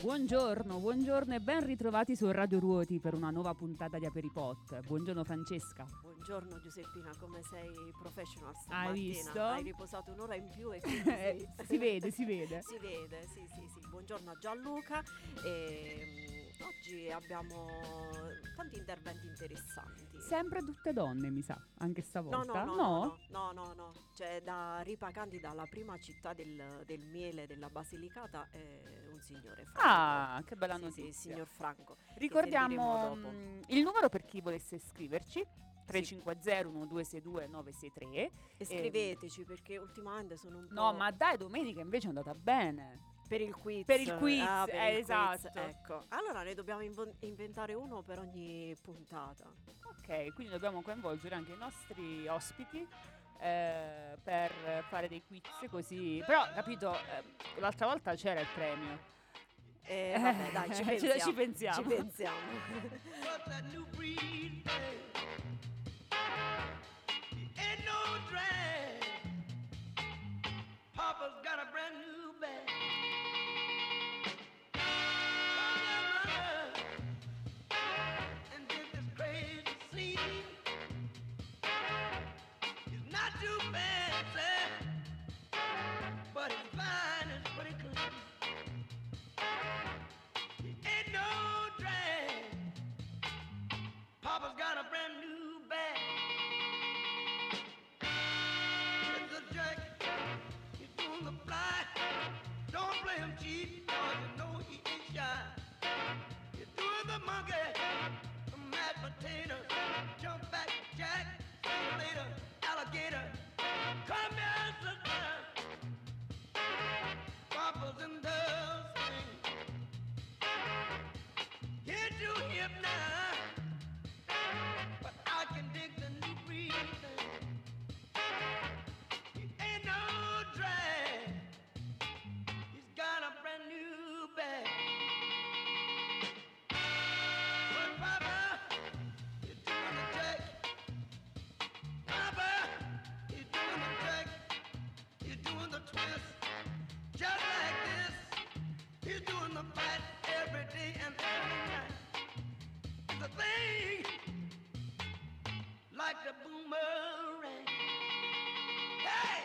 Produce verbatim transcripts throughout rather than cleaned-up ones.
Buongiorno, buongiorno e ben ritrovati su Radio Ruoti per una nuova puntata di Aperipot. Buongiorno Francesca. Buongiorno Giuseppina, come sei professional stamattina? Hai visto? Hai riposato un'ora in più e quindi sei... si vede, si vede. Si vede, sì, sì, sì. Buongiorno a Gianluca e um, oggi abbiamo tanti interventi interessanti. Sempre tutte donne, mi sa, anche stavolta. No, no, no, no, no, no, no, no. C'è da Ripa Candida, la prima città del, del miele della Basilicata, è un signore Franco. Ah, che bella sì, notizia. Sì, il signor Franco. Ricordiamo mh, il numero per chi volesse iscriverci. tre cinque zero uno due sei due nove sei tre. E scriveteci e... perché ultimamente sono un po'... No, ma dai, domenica invece è andata bene. Per il quiz. Per il quiz, ah, per eh, il esatto. Quiz, ecco. Allora ne dobbiamo inv- inventare uno per ogni puntata. Ok, quindi dobbiamo coinvolgere anche i nostri ospiti eh, per fare dei quiz così. Però, capito, eh, l'altra volta c'era il premio. Eh, vabbè, dai, ci pensiamo. ci pensiamo. Ci pensiamo. Papa's got a brand new bag. And did this crazy scene. It's not too fancy, but it's fine and pretty clean. It ain't no drag. Papa's got a brand new bag. It's a jacket. The fly, don't play him cheap, cause you know he ain't shy. You're doing the monkey, the mashed potatoes, jump back, jack, see you later, alligator. Come here, sister, Papa's in the swing. Get you hip now, but I can dig the new breed thing. He ain't no drag. Got a brand new bag. But Papa, you're doing the jack. Papa, you're doing the jack. You're doing the twist. Just like this. You're doing the fight every day and every night. It's a thing like the boomerang. Hey!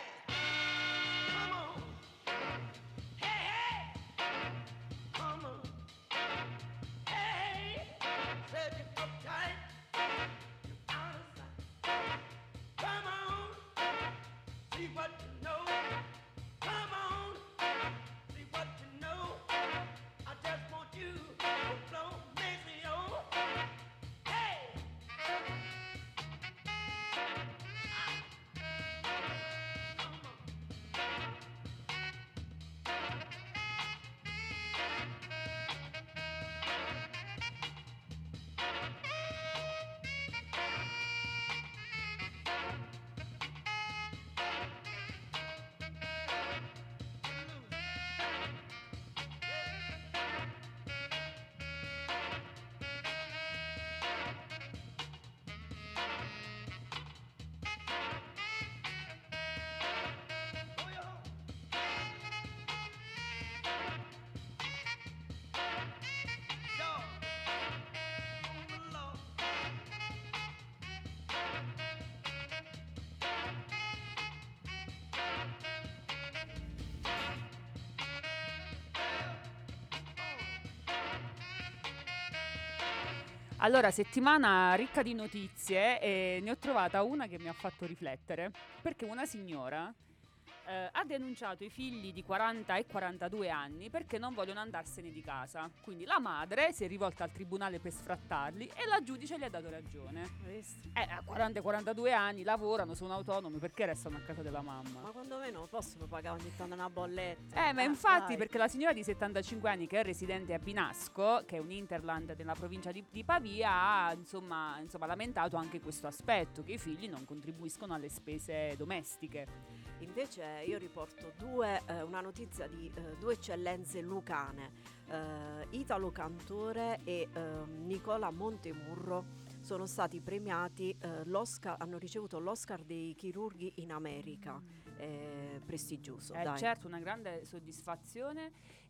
Allora, settimana ricca di notizie e ne ho trovata una che mi ha fatto riflettere, perché una signora eh, ha denunciato i figli di quaranta e quarantadue anni perché non vogliono andarsene di casa. Quindi la madre si è rivolta al tribunale per sfrattarli e la giudice gli ha dato ragione. Eh, a quaranta e quarantadue anni lavorano, sono autonomi, perché restano a casa della mamma? Ma quando meno possono pagare ogni tanto una bolletta. Eh, ma ah, infatti, dai. perché la signora di settantacinque anni che è residente a Binasco, che è un hinterland nella provincia di, di Pavia, ha insomma, insomma lamentato anche questo aspetto, che i figli non contribuiscono alle spese domestiche. Invece io riporto due, eh, una notizia di eh, due eccellenze lucane, eh, Italo Cantore e eh, Nicola Montemurro sono stati premiati, eh, l'Oscar, hanno ricevuto l'Oscar dei chirurghi in America, eh, prestigioso. Eh, dai. certo, una grande soddisfazione.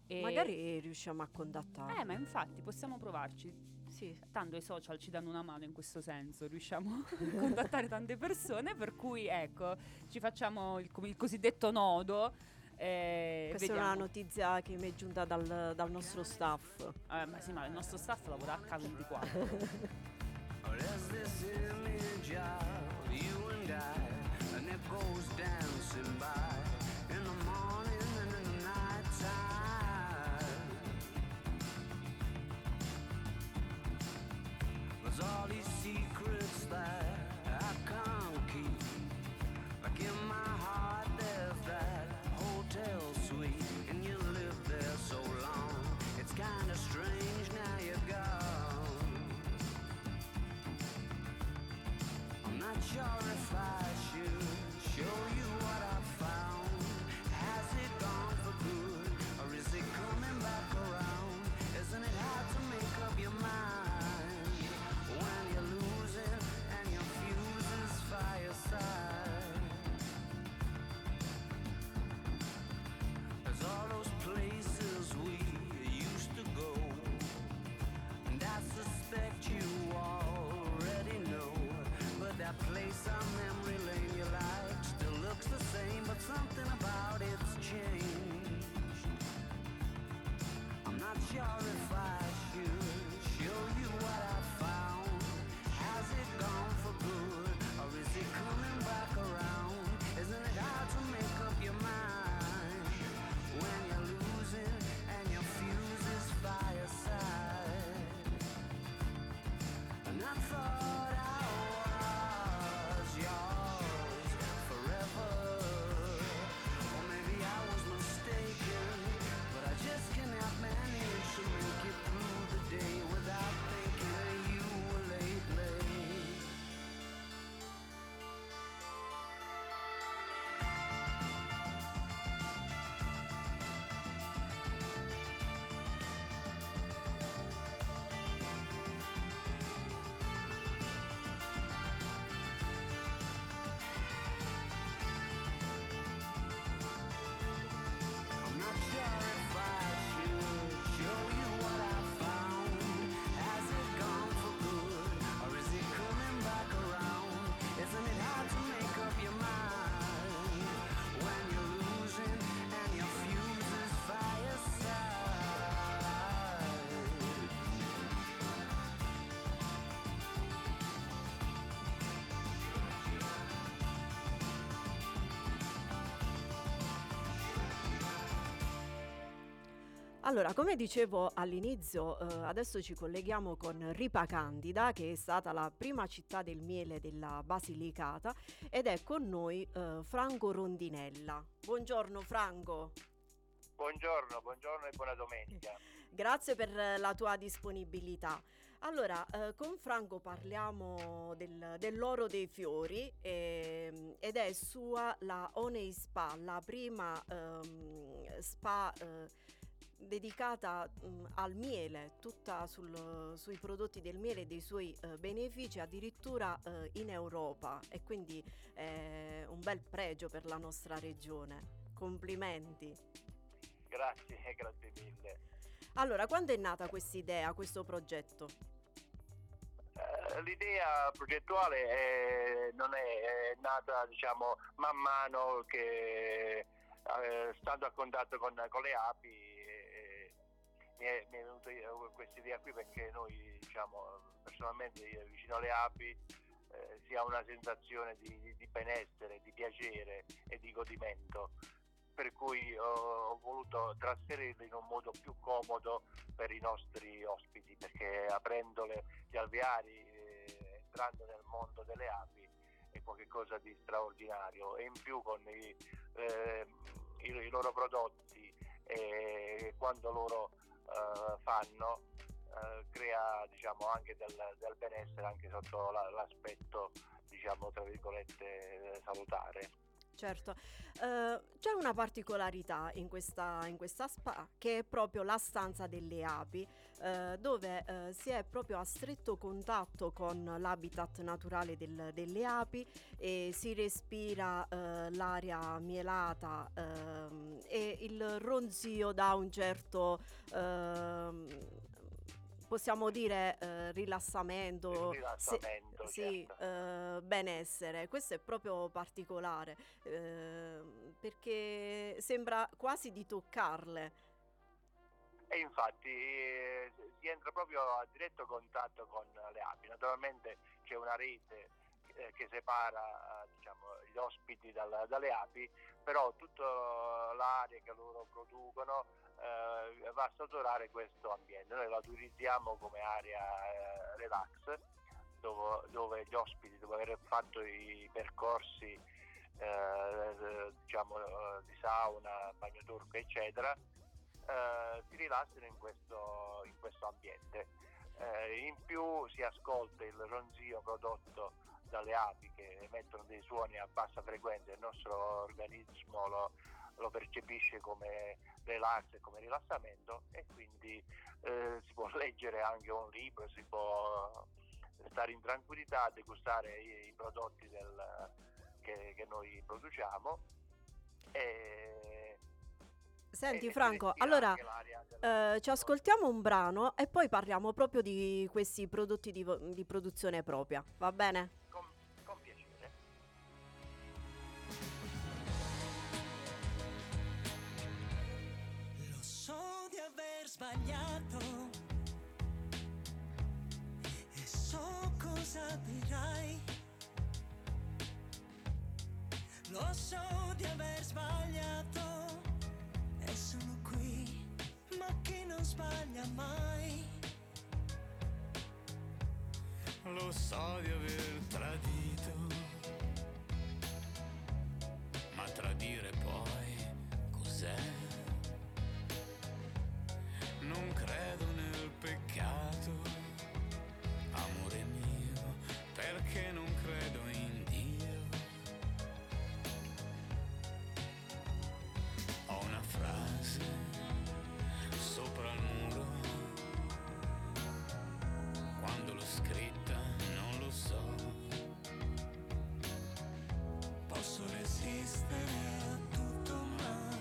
E magari riusciamo a contattarli. Eh, ma infatti possiamo provarci. Sì. Tanto i social ci danno una mano in questo senso, riusciamo a contattare tante persone, per cui ecco, ci facciamo il, il cosiddetto nodo. Eh, Questa vediamo. è una notizia che mi è giunta dal, dal nostro staff. Eh, ma sì, ma il nostro staff lavora a H ventiquattro. Or is this image of you and I, and it goes dancing by in the morning and in the night time. There's all these secrets that I can't keep. Like in my heart there's that hotel suite, and you lived there so long. It's kinda strange now you're gone. I'm not sure if I should show you what I found. Has it gone for good, or is it coming back around? Isn't it hard to make up your mind when you're losing and your fuse is fireside? There's all those places we used to go, and I suspect you already know. But that place on memory lane you like still looks the same, but something about it's changed. I'm not sure if I should show you what I found. Has it gone for good, or is it coming back around? Isn't it hard to make up your mind when you're losing and your fuse is fireside? And I thought I was yours forever, or maybe I was mistaken, but I just cannot manage to make it through the day without thinking of you lately. I'm not sure if I should show you what I found. Has it gone for good, or is it coming back around? Isn't it hard to make up your mind when you're losing and your fuse is fireside? Allora, come dicevo all'inizio, eh, adesso ci colleghiamo con Ripa Candida, che è stata la prima città del miele della Basilicata, ed è con noi eh, Franco Rondinella. Buongiorno Franco. Buongiorno, buongiorno e buona domenica. Grazie per la tua disponibilità. Allora, eh, con Franco parliamo del- dell'oro dei fiori, ehm, ed è sua la Onei Spa, la prima ehm, spa eh, dedicata mh, al miele, tutta sul- sui prodotti del miele e dei suoi eh, benefici, addirittura eh, in Europa, e quindi è un bel pregio per la nostra regione. Complimenti. Grazie, grazie mille. Allora, quando è nata questa idea, questo progetto? Eh, l'idea progettuale è- non è, è nata, diciamo, man mano che eh, stando a contatto con, con le api eh, mi è, mi è venuta questa idea qui, perché noi, diciamo, personalmente io vicino alle api eh, si ha una sensazione di, di- di benessere, di piacere e di godimento, per cui ho, ho voluto trasferirlo in un modo più comodo per i nostri ospiti, perché aprendo le- gli alveari, eh, entrando nel mondo delle api, è qualcosa di straordinario, e in più con i, eh, i, i loro prodotti, e quando loro eh, fanno eh, crea, diciamo, anche del, del benessere, anche sotto la- l'aspetto, diciamo, tra virgolette, salutare. Certo. Eh, c'è una particolarità in questa, in questa spa, che è proprio la stanza delle api, eh, dove eh, si è proprio a stretto contatto con l'habitat naturale del- delle api, e si respira eh, l'aria mielata, ehm, e il ronzio dà un certo, ehm, possiamo dire, eh, rilassamento, Il se- rilassamento, sì, certo. eh, benessere. Questo è proprio particolare, ehm, perché sembra quasi di toccarle. E infatti eh, si entra proprio a diretto contatto con le api. Naturalmente c'è una rete eh, che separa, eh, diciamo, gli ospiti dal- dalle api, però tutta l'aria che loro producono eh, va a saturare questo ambiente. Noi la utilizziamo come area eh, relax, dove, dove gli ospiti, dopo aver fatto i percorsi eh, diciamo, eh, di sauna, bagno turco, eccetera, eh, si rilassano in questo, in questo ambiente. Eh, in più si ascolta il ronzio prodotto dalle api, che emettono dei suoni a bassa frequenza, il nostro organismo lo, lo percepisce come relax e come rilassamento, e quindi eh, si può leggere anche un libro, si può stare in tranquillità, degustare i, i prodotti del, che, che noi produciamo. E, Senti e si Franco, respira allora anche l'aria del- eh, ci ascoltiamo un brano e poi parliamo proprio di questi prodotti di, vo- di produzione propria, va bene? con, con piacere. Lo so di aver sbagliato e so cosa dirai. Lo so di aver sbagliato e sono qui, ma chi non sbaglia mai. Lo so di aver tradito, ma tradire poi cos'è? Non credo nel peccato, amore mio, perché non credo in Dio. Ho una frase sopra il muro, quando l'ho scritta non lo so. Posso resistere a tutto, ma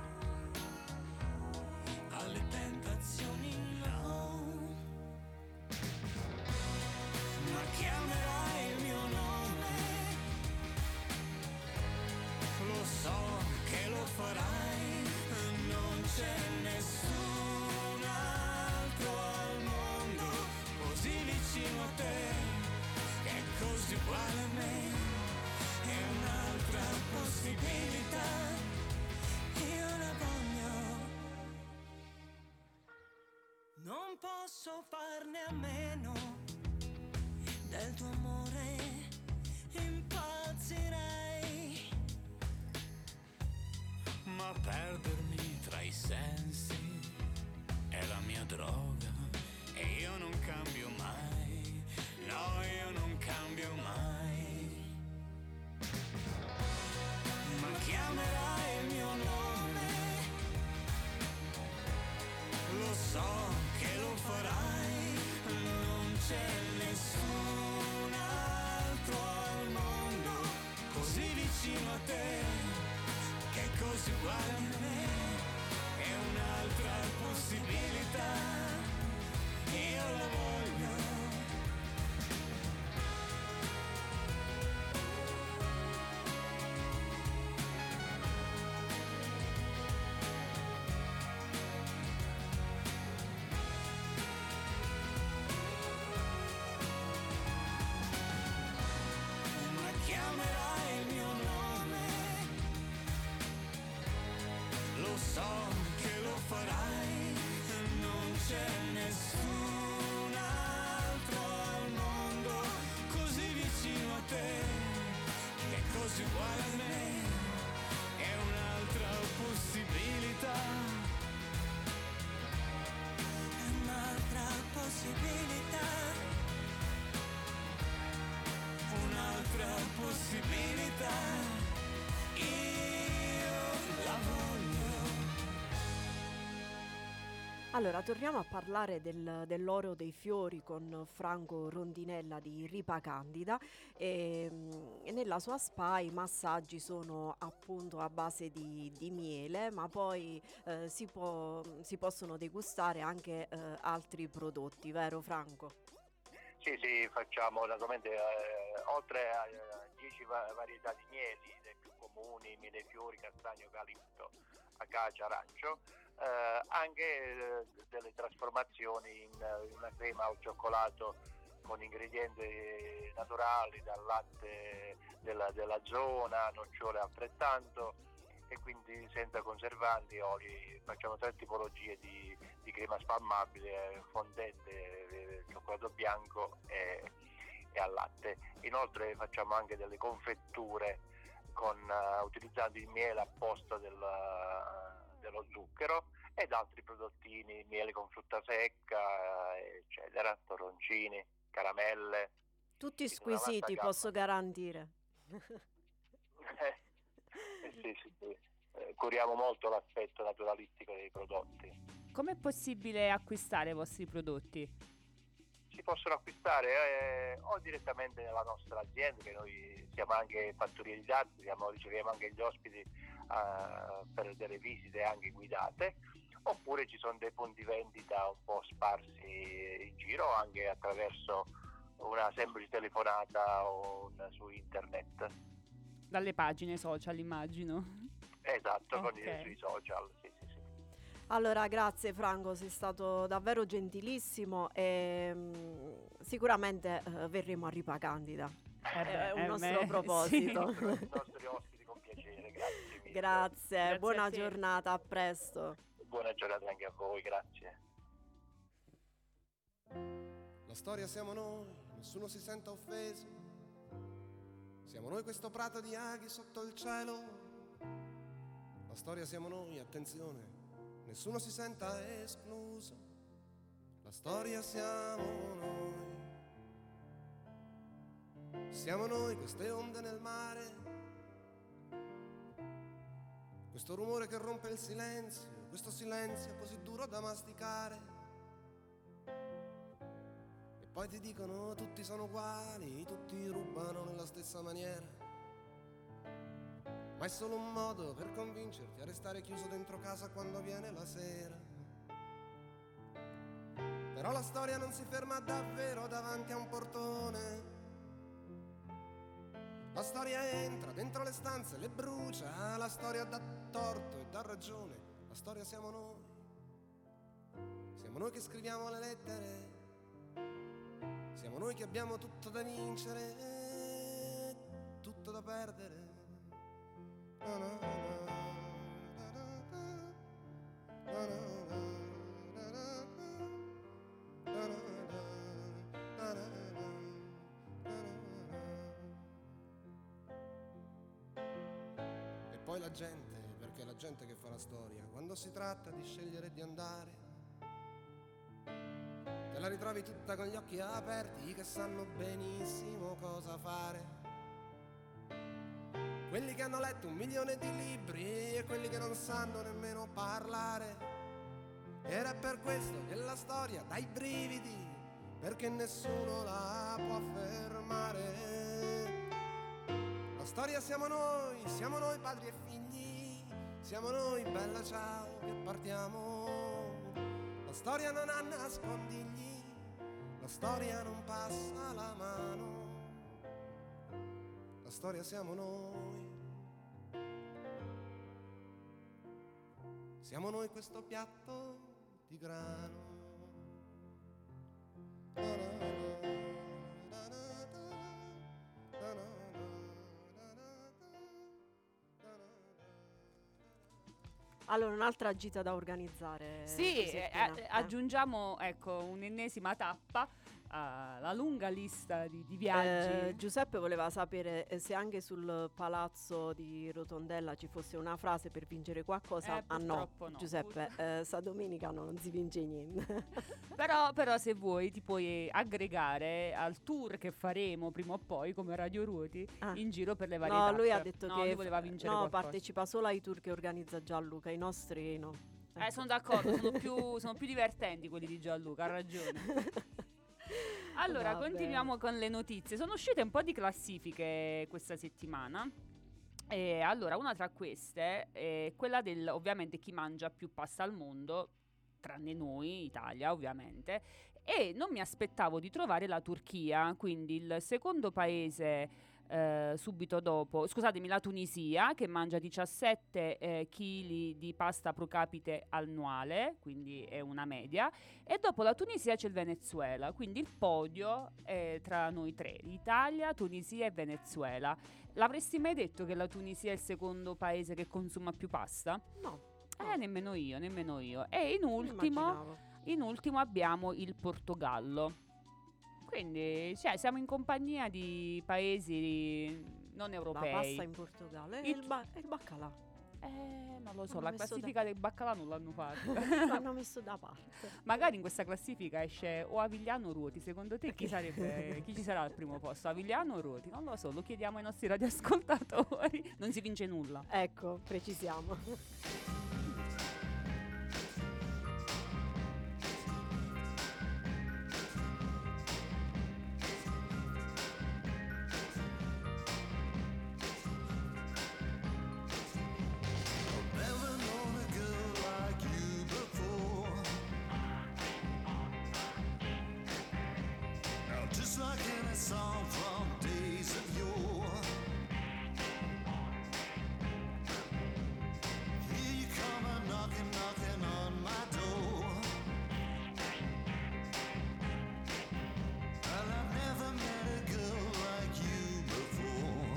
alle tentazioni no. Ma chiamerai il mio nome, lo so che lo farai, non c'è nessun altro al mondo così vicino a te, che è così uguale a me, è un'altra possibilità, io la voglio, non posso farne a meno del tuo amore, impazzirei, ma perdermi tra i sensi è la mia droga e io non cambio mai, no, io non cambio mai. Ma chiamerai il mio nome, lo so che lo farai, non c'è nessun altro al mondo così vicino a te, che è così uguale a me, è un'altra possibilità, io la voglio. Allora, torniamo a parlare del- dell'oro dei fiori con Franco Rondinella di Ripa Candida e, mm, e nella sua spa i massaggi sono appunto a base di, di miele, ma poi eh, si, può- si possono degustare anche eh, altri prodotti, vero Franco? Sì, sì, facciamo naturalmente eh, oltre a dieci varietà di mieli, le più comuni, miele fiori, castagno, eucalipto, acacia, arancio, eh, anche eh, delle trasformazioni in, eh, in una crema al cioccolato con ingredienti naturali, dal latte della, della zona, nocciole altrettanto, e quindi senza conservanti, oli. Facciamo tre tipologie di, di crema spalmabile, fondente, eh, cioccolato bianco e, e al latte. Inoltre facciamo anche delle confetture con, uh, utilizzando il miele a posto del, uh, dello zucchero, ed altri prodottini, miele con frutta secca, eh, eccetera, torroncini, caramelle. Tutti Quindi una vasta squisiti, gamma. posso garantire. Eh, sì, sì, sì. Eh, curiamo molto l'aspetto naturalistico dei prodotti. Com'è possibile acquistare i vostri prodotti? Si possono acquistare eh, o direttamente nella nostra azienda, che noi siamo anche fattoria didattica, siamo, riceviamo anche gli ospiti eh, per delle visite anche guidate, oppure ci sono dei punti vendita un po' sparsi in giro, anche attraverso una semplice telefonata o un, su internet. Dalle pagine social, immagino. Esatto, con i, Ok. sui social, sì, sì, sì. Allora, grazie Franco, sei stato davvero gentilissimo e mm, sicuramente eh, verremo a Ripa Candida. Eh beh, È un eh nostro beh, proposito. I nostri, i nostri ospiti con piacere, grazie mille. Grazie, Grazie buona a te. giornata, a presto. Buona giornata anche a voi, grazie. La storia siamo noi, nessuno si senta offeso. Siamo noi questo prato di aghi sotto il cielo. La storia siamo noi, attenzione, nessuno si senta escluso. La storia siamo noi. Siamo noi queste onde nel mare, questo rumore che rompe il silenzio, questo silenzio così duro da masticare. E poi ti dicono tutti sono uguali, tutti rubano nella stessa maniera. Ma è solo un modo per convincerti a restare chiuso dentro casa quando viene la sera. Però la storia non si ferma davvero davanti a un portone. La storia entra dentro le stanze, le brucia, la storia dà torto e dà ragione. La storia siamo noi. Siamo noi che scriviamo le lettere. Siamo noi che abbiamo tutto da vincere e tutto da perdere. Na na na, na na na, na na na, na na na, na na na, na na na. E poi la gente, perché è la gente che fa la storia, quando si tratta di scegliere e di andare, te la ritrovi tutta con gli occhi aperti, che sanno benissimo cosa fare. Quelli che hanno letto un milione di libri e quelli che non sanno nemmeno parlare. Ed è per questo che la storia dà i brividi, perché nessuno la può fermare. La storia siamo noi, siamo noi padri e figli, siamo noi bella ciao che partiamo. La storia non ha nascondigli, la storia non passa la mano. La storia siamo noi. Siamo noi questo piatto di grano. Allora, un'altra gita da organizzare. Sì, eh, Giuseppina. eh, Eh. aggiungiamo ecco un'ennesima tappa alla lunga lista di, di viaggi. Eh, Giuseppe voleva sapere eh, se anche sul palazzo di Rotondella ci fosse una frase per vincere qualcosa. Eh, ah no, purtroppo no. Giuseppe, eh, sta domenica no, non si vince niente. Però, però se vuoi ti puoi aggregare al tour che faremo prima o poi come Radio Ruoti Ah. in giro per le varie No, tappe. lui ha detto No, che lui voleva vincere no, qualcosa. partecipa solo ai tour che organizza Gianluca, i nostri no. Eh, sono d'accordo, sono più, sono più divertenti quelli di Gianluca, ha ragione. Allora, Vabbè. continuiamo con le notizie. Sono uscite un po' di classifiche questa settimana. E allora, una tra queste è quella del, ovviamente, chi mangia più pasta al mondo, tranne noi, Italia, ovviamente. E non mi aspettavo di trovare la Turchia, quindi il secondo paese eh, subito dopo, scusatemi, la Tunisia, che mangia diciassette chili di pasta pro capite annuale, quindi è una media, e dopo la Tunisia c'è il Venezuela, quindi il podio è tra noi tre, Italia, Tunisia e Venezuela. L'avresti mai detto che la Tunisia è il secondo paese che consuma più pasta? No. Eh, nemmeno io, nemmeno io. E in ultimo, Immaginavo. in ultimo abbiamo il Portogallo. Quindi cioè, siamo in compagnia di paesi non La europei. pasta in Portogallo e Il- il, ba- e il baccalà. Eh, non lo so, L'hanno la messo classifica del baccalà non l'hanno fatta. L'hanno messo da parte. Magari in questa classifica esce o Avigliano o Ruoti. Secondo te chi sarebbe chi ci sarà al primo posto? Avigliano o Ruoti? Non lo so, lo chiediamo ai nostri radioascoltatori. Non si vince nulla. Ecco, precisiamo. Never known a girl like you before. Now just like in a song from days of yore. Here you come a knocking, knocking on my door. And I've never met a girl like you before.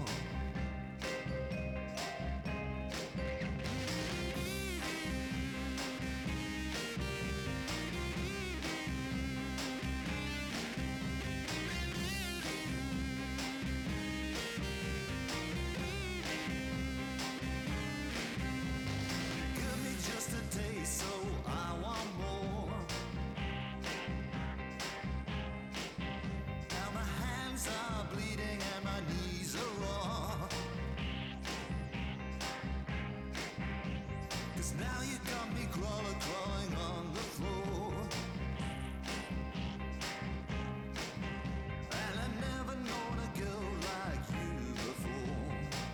Give me just a taste, so I want more. Now my hands are bleeding and my knees are raw. 'Cause now you got me crawling, crawling on the floor. And I've never known a girl like you before.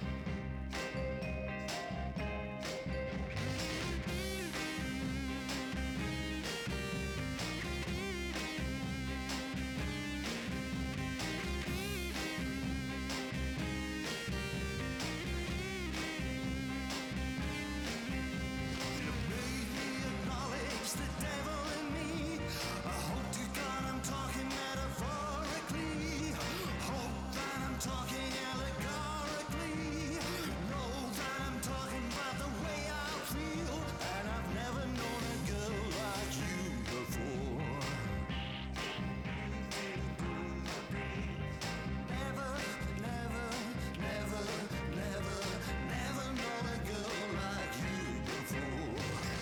Acknowledge the devil in me. I hope to God I'm talking metaphorically. Hope that I'm talking allegorically. Know that I'm talking about the way I feel. And I've never known a girl like you before. Never, never, never, never, never known a girl like you before.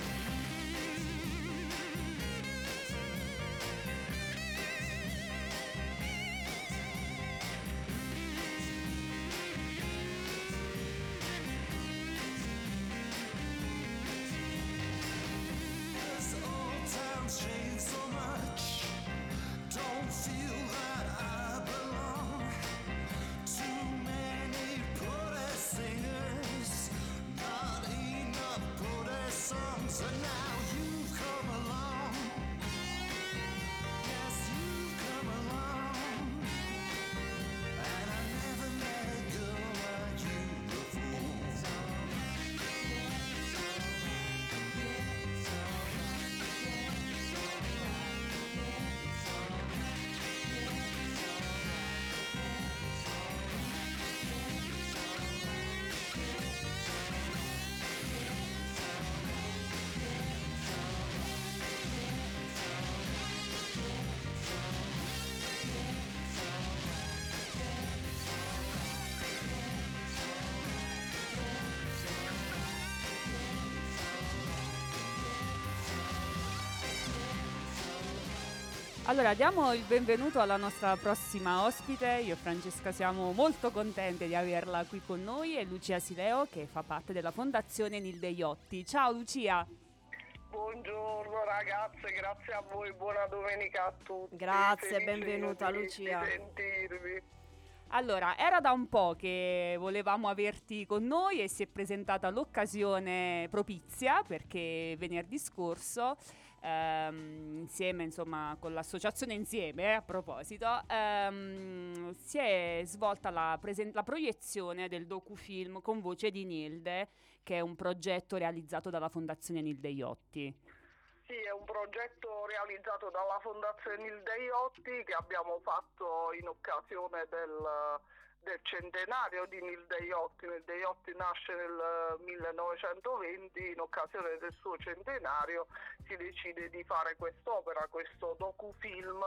This old town's changed so much. Don't feel that I belong. Too many protest singers, not enough protest songs. And now you've come along. Yes, you've come along. And I never met a girl like you before. Allora, diamo il benvenuto alla nostra prossima ospite. Io e Francesca siamo molto contente di averla qui con noi. È Lucia Sileo, che fa parte della Fondazione Nilde Iotti. Ciao Lucia! Buongiorno ragazze, grazie a voi, buona domenica a tutti. Grazie, Felice benvenuta di- Lucia. Di sentirvi. Allora, era da un po' che volevamo averti con noi e si è presentata l'occasione propizia perché venerdì scorso, ehm, insieme, insomma, con l'associazione Insieme, eh, a proposito, ehm, si è svolta la, presen- la proiezione del docufilm Con voce di Nilde, che è un progetto realizzato dalla Fondazione Nilde Iotti. Sì, è un progetto realizzato dalla Fondazione Nilde Iotti che abbiamo fatto in occasione del, del centenario di Nilde Iotti. Nilde Iotti nasce nel millenovecentoventi, in occasione del suo centenario si decide di fare quest'opera, questo docufilm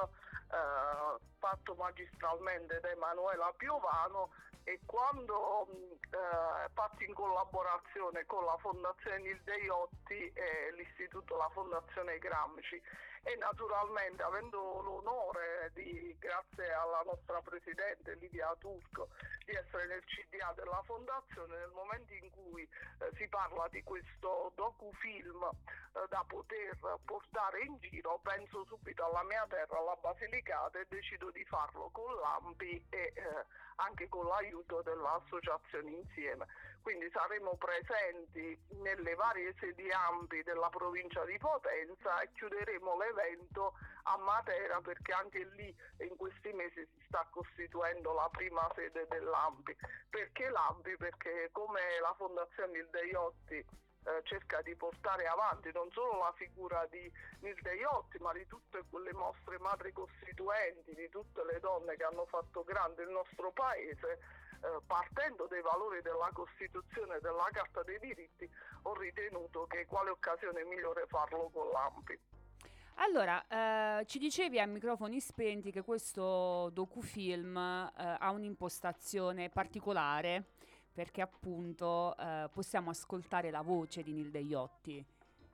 eh, fatto magistralmente da Emanuela Piovano, e quando eh, fatto in collaborazione con la Fondazione Nilde Iotti e l'Istituto La Fondazione Gramsci, e naturalmente avendo l'onore di, grazie alla nostra Presidente Livia Turco, di essere nel C D A della Fondazione, nel momento in cui eh, si parla di questo docufilm eh, da poter portare in giro, penso subito alla mia terra, alla Basilicata, e decido di farlo con l'A M P I e eh, anche con l'aiuto dell'associazione Insieme. Quindi saremo presenti nelle varie sedi A M P I della provincia di Potenza e chiuderemo l'evento a Matera, perché anche lì in questi mesi si sta costituendo la prima sede dell'A M P I. Perché l'A M P I? Perché come la Fondazione Nilde Iotti Eh, cerca di portare avanti non solo la figura di Nilde Iotti, ma di tutte quelle nostre madri costituenti, di tutte le donne che hanno fatto grande il nostro paese, eh, partendo dai valori della Costituzione e della Carta dei diritti, ho ritenuto che quale occasione migliore farlo con l'A M P I. Allora, eh, ci dicevi a microfoni spenti che questo docufilm eh, ha un'impostazione particolare, perché appunto eh, possiamo ascoltare la voce di Nilde Iotti.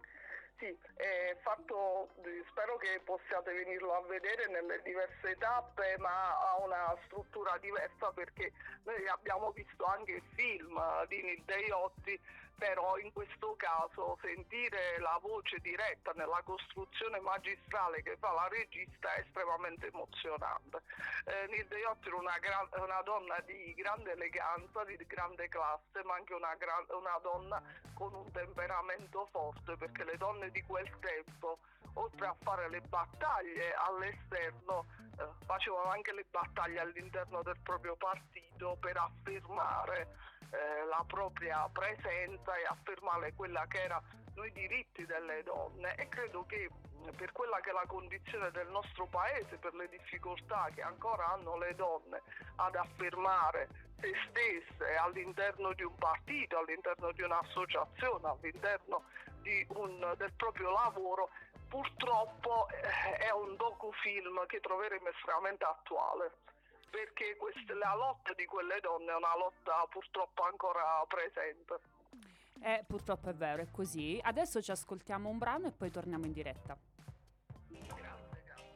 Sì, è fatto, spero che possiate venirlo a vedere nelle diverse tappe, ma ha una struttura diversa, perché noi abbiamo visto anche il film di Nilde Iotti, però in questo caso sentire la voce diretta nella costruzione magistrale che fa la regista è estremamente emozionante. Eh, Nilde Iotti era una, gran, una donna di grande eleganza, di grande classe, ma anche una, gran, una donna con un temperamento forte, perché le donne di quel tempo, oltre a fare le battaglie all'esterno, eh, facevano anche le battaglie all'interno del proprio partito per affermare Eh, la propria presenza e affermare quella che erano i diritti delle donne. E credo che per quella che è la condizione del nostro paese, per le difficoltà che ancora hanno le donne ad affermare se stesse all'interno di un partito, all'interno di un'associazione, all'interno di un, del proprio lavoro, purtroppo eh, è un docufilm che troveremo estremamente attuale, perché questa, la lotta di quelle donne è una lotta purtroppo ancora presente. Eh, purtroppo è vero, è così. Adesso ci ascoltiamo un brano e poi torniamo in diretta. Grazie, grazie.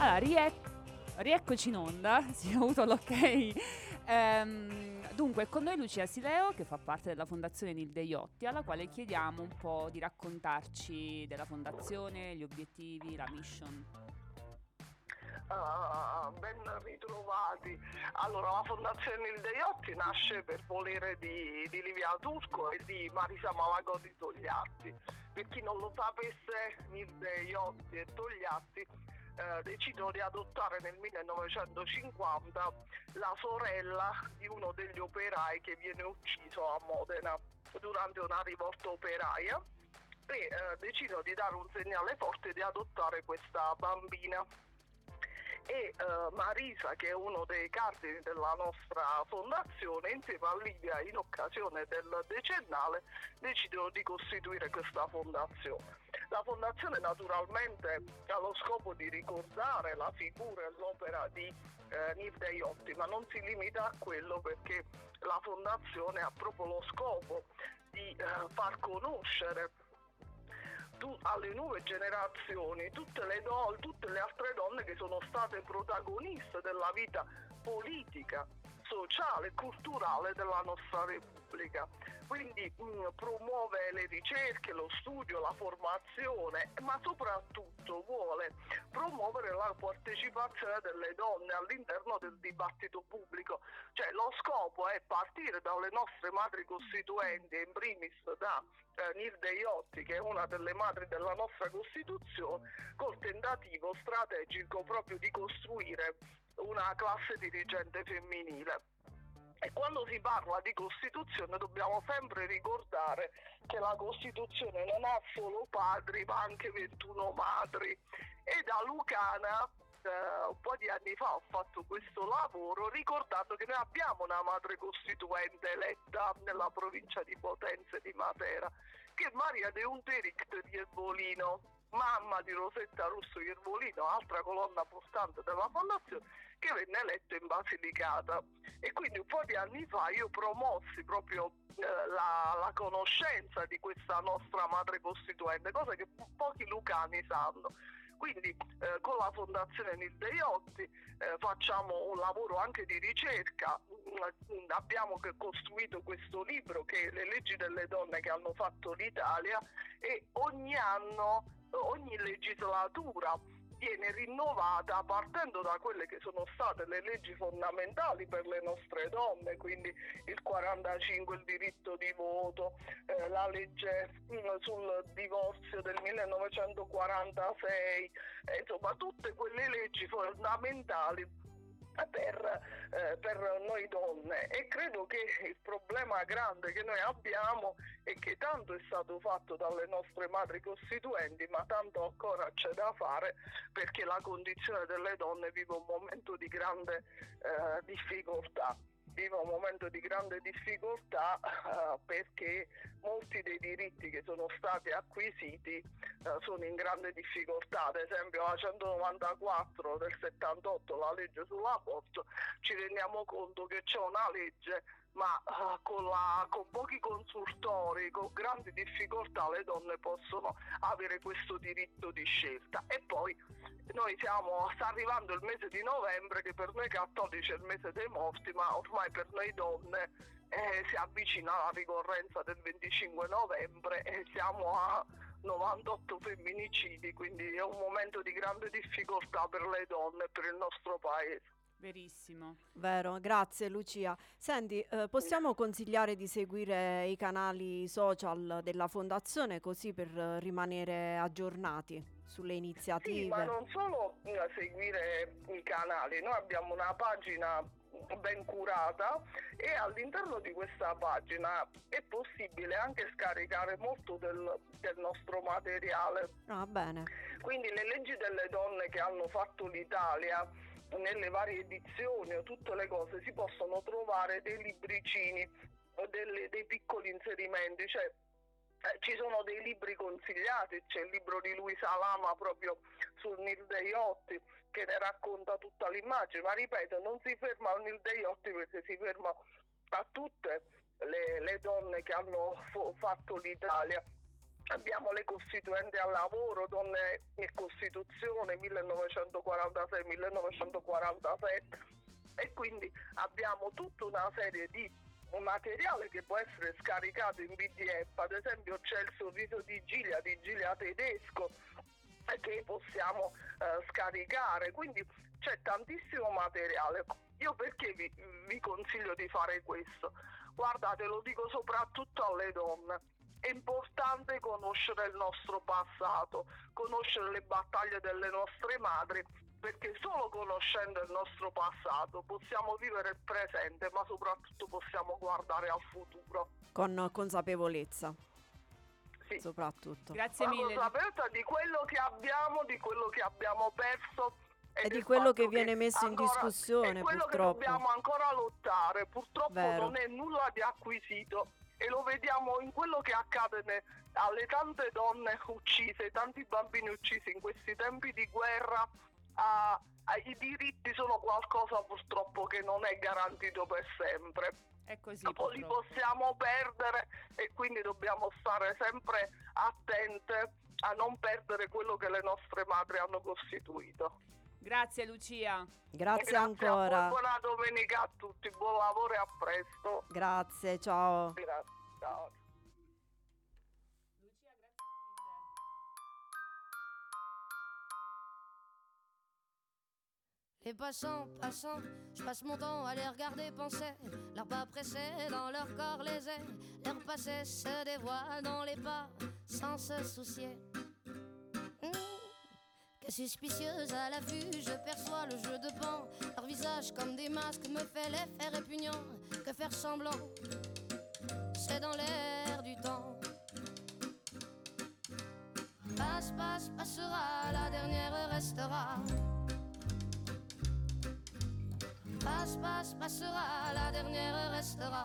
Allora, riec- rieccoci in onda, si è avuto l'ok. Ehm, dunque, con noi Lucia Sileo, che fa parte della Fondazione Nilde Iotti, alla quale chiediamo un po' di raccontarci della fondazione, gli obiettivi, la mission. Ah, ben ritrovati. Allora, la Fondazione Nilde Iotti nasce per volere di, di Livia Turco e di Marisa Malagodi Togliatti. Per chi non lo sapesse, Nilde Iotti e Togliatti eh, decidono di adottare nel millenovecentocinquanta la sorella di uno degli operai che viene ucciso a Modena durante una rivolta operaia e eh, decidono di dare un segnale forte e di adottare questa bambina. E uh, Marisa, che è uno dei cardini della nostra fondazione, insieme a Livia, in occasione del decennale, decidono di costituire questa fondazione. La fondazione naturalmente ha lo scopo di ricordare la figura e l'opera di eh, Nilde Iotti, ma non si limita a quello, perché la fondazione ha proprio lo scopo di eh, far conoscere alle nuove generazioni tutte le donne, tutte le altre donne che sono state protagoniste della vita politica, sociale e culturale della nostra Repubblica. Quindi mh, promuove le ricerche, lo studio, la formazione, ma soprattutto vuole promuovere la partecipazione delle donne all'interno del dibattito pubblico. Cioè, lo scopo è partire dalle nostre madri costituenti, in primis da eh, Nilde Iotti, che è una delle madri della nostra Costituzione, col tentativo strategico proprio di costruire una classe dirigente femminile. E quando si parla di Costituzione dobbiamo sempre ricordare che la Costituzione non ha solo padri, ma anche ventuno madri. E da lucana eh, un po' di anni fa ho fatto questo lavoro ricordando che noi abbiamo una madre costituente eletta nella provincia di Potenza e di Matera, che è Maria De Untericht di Ervolino, mamma di Rosetta Russo di Ervolino, altra colonna portante della fondazione, che venne eletto in Basilicata. E quindi un po' di anni fa io promossi proprio eh, la, la conoscenza di questa nostra madre costituente, cosa che pochi lucani sanno. Quindi eh, con la Fondazione Nilde Iotti eh, facciamo un lavoro anche di ricerca. Mm, abbiamo costruito questo libro che è Le leggi delle donne che hanno fatto l'Italia, e ogni anno, ogni legislatura viene rinnovata partendo da quelle che sono state le leggi fondamentali per le nostre donne, quindi il quarantacinque, il diritto di voto, eh, la legge mh, sul divorzio del millenovecentoquarantasei, eh, insomma tutte quelle leggi fondamentali per, eh, per noi donne. E credo che il problema grande che noi abbiamo è che tanto è stato fatto dalle nostre madri costituenti, ma tanto ancora c'è da fare, perché la condizione delle donne vive un momento di grande eh, difficoltà. Vive un momento di grande difficoltà uh, perché molti dei diritti che sono stati acquisiti uh, sono in grande difficoltà. Ad esempio la centonovantaquattro del settantotto, la legge sull'aborto, ci rendiamo conto che c'è una legge, ma uh, con, la, con pochi consultori, con grandi difficoltà le donne possono avere questo diritto di scelta. E poi noi siamo, sta arrivando il mese di novembre, che per noi cattolici è il mese dei morti, ma ormai per noi donne eh, si avvicina la ricorrenza del venticinque novembre e siamo a novantotto femminicidi, quindi è un momento di grande difficoltà per le donne e per il nostro paese. Verissimo. Vero, grazie Lucia. Senti, eh, possiamo consigliare di seguire i canali social della fondazione, così per eh, rimanere aggiornati sulle iniziative? Sì, ma non solo eh, seguire i canali, noi abbiamo una pagina ben curata e all'interno di questa pagina è possibile anche scaricare molto del, del nostro materiale. Ah, bene. Quindi le leggi delle donne che hanno fatto l'Italia nelle varie edizioni o tutte le cose, si possono trovare dei libricini, delle, dei piccoli inserimenti, cioè eh, ci sono dei libri consigliati, c'è il libro di Luisa Lama proprio sul Nilde Iotti che ne racconta tutta l'immagine, ma ripeto, non si ferma al Nilde Iotti perché si ferma a tutte le, le donne che hanno fo- fatto l'Italia. Abbiamo le costituenti al lavoro, donne e Costituzione millenovecentoquarantasei millenovecentoquarantasette, e quindi abbiamo tutta una serie di materiale che può essere scaricato in P D F. Ad esempio c'è il sorriso di Gilia, di Gilia Tedesco, eh, che possiamo eh, scaricare, quindi c'è tantissimo materiale. Io perché vi, vi consiglio di fare questo? Guardate, lo dico soprattutto alle donne. È importante conoscere il nostro passato, conoscere le battaglie delle nostre madri, perché solo conoscendo il nostro passato possiamo vivere il presente, ma soprattutto possiamo guardare al futuro. Con consapevolezza, Sì. soprattutto. Grazie La mille. consapevolezza di quello che abbiamo, di quello che abbiamo perso E di del quello fatto che viene messo in ancora- discussione, è quello purtroppo. che dobbiamo ancora lottare. Purtroppo Vero. non è nulla di acquisito, e lo vediamo in quello che accade ne- alle tante donne uccise, tanti bambini uccisi in questi tempi di guerra. A, a- I diritti sono qualcosa purtroppo che non è garantito per sempre. È così, Poi li purtroppo. possiamo perdere, e quindi dobbiamo stare sempre attente a non perdere quello che le nostre madri hanno costituito. Grazie Lucia. Grazie A ancora. voi, buona domenica a tutti, buon lavoro e a presto. Grazie, ciao. Grazie, ciao. Lucia, grazie mille. Les passants, passants, je passe mon temps à les regarder penser. Leurs pas pressés dans leur corps lésés. Leur passé se dévoile dans les pas sans se soucier. Mmh. Que suspicieuse à l'affût, je perçois le jeu de pan. Leur visage comme des masques me fait l'effet répugnant. Que faire semblant, c'est dans l'air du temps. Passe, passe, passera, la dernière restera. Passe, passe, passera, la dernière restera.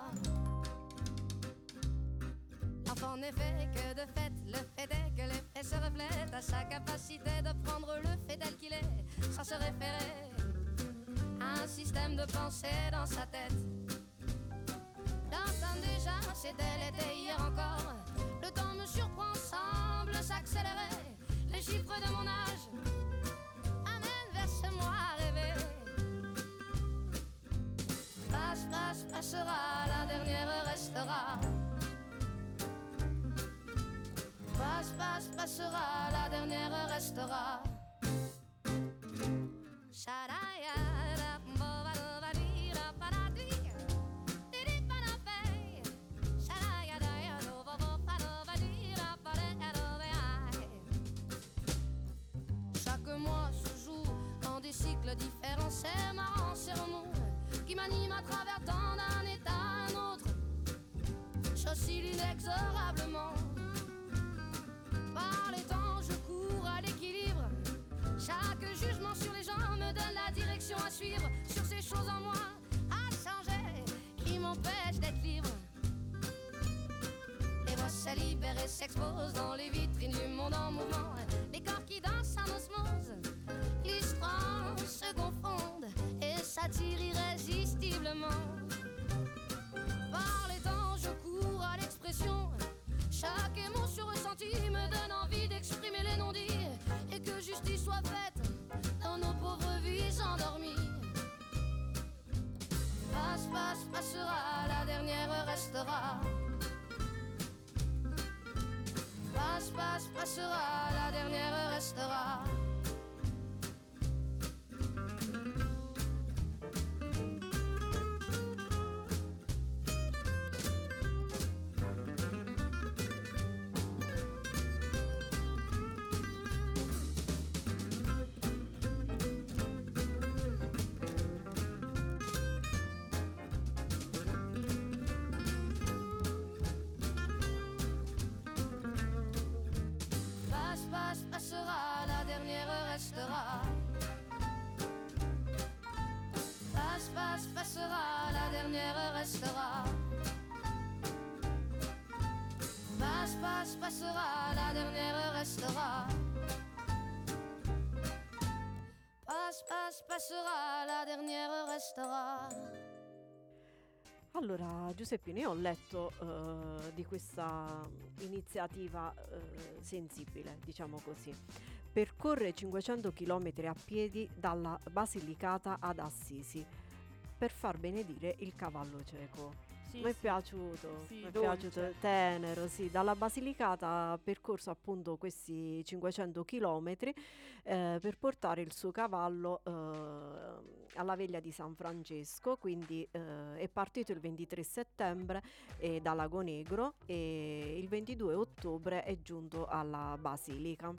L'enfant n'est fait que de fait, le fait est que les faits se reflètent à sa capacité de prendre le fait tel qu'il est, sans se référer à un système de pensée dans sa tête. L'entendre déjà, c'était l'été hier encore. Le temps me surprend, semble s'accélérer. Les chiffres de mon âge amènent vers ce moi rêvé. Passe, passe, passera, la dernière restera. Passe, passe, passera, la dernière restera. Chaque mois se joue dans des cycles différents. C'est marrant, c'est remous qui m'anime à travers tant d'un état à un autre. J'oscille inexorablement. Par les temps, je cours à l'équilibre. Chaque jugement sur les gens me donne la direction à suivre. Sur ces choses en moi à changer qui m'empêchent d'être libre. Les voix se libèrent et s'exposent dans les vitrines du monde en mouvement. Les corps qui dansent en osmose, les strands se confondent et s'attirent irrésistiblement. Par les temps, je cours à l'expression. Chaque émotion ressentie me donne envie d'exprimer les non-dits. Et que justice soit faite dans nos pauvres vies endormies. Passe, passe, passera, la dernière restera. Passe, passe, passera, la dernière restera. Passe, passe, passera, la dernière restera. Passe, passe, passera, la dernière restera. Passe, passe, passera, la dernière restera. Passe, passe, passera, la dernière restera. Allora, Giuseppino, io ho letto eh, di questa iniziativa eh, sensibile, diciamo così. Percorre cinquecento chilometri a piedi dalla Basilicata ad Assisi per far benedire il cavallo cieco. Sì, Mi è sì. piaciuto, Sì, mi è dolce. piaciuto, tenero, sì. Dalla Basilicata ha percorso appunto questi cinquecento chilometri eh, per portare il suo cavallo eh, alla veglia di San Francesco, quindi eh, è partito il ventitré settembre eh, da Lago Negro e il ventidue ottobre è giunto alla Basilica.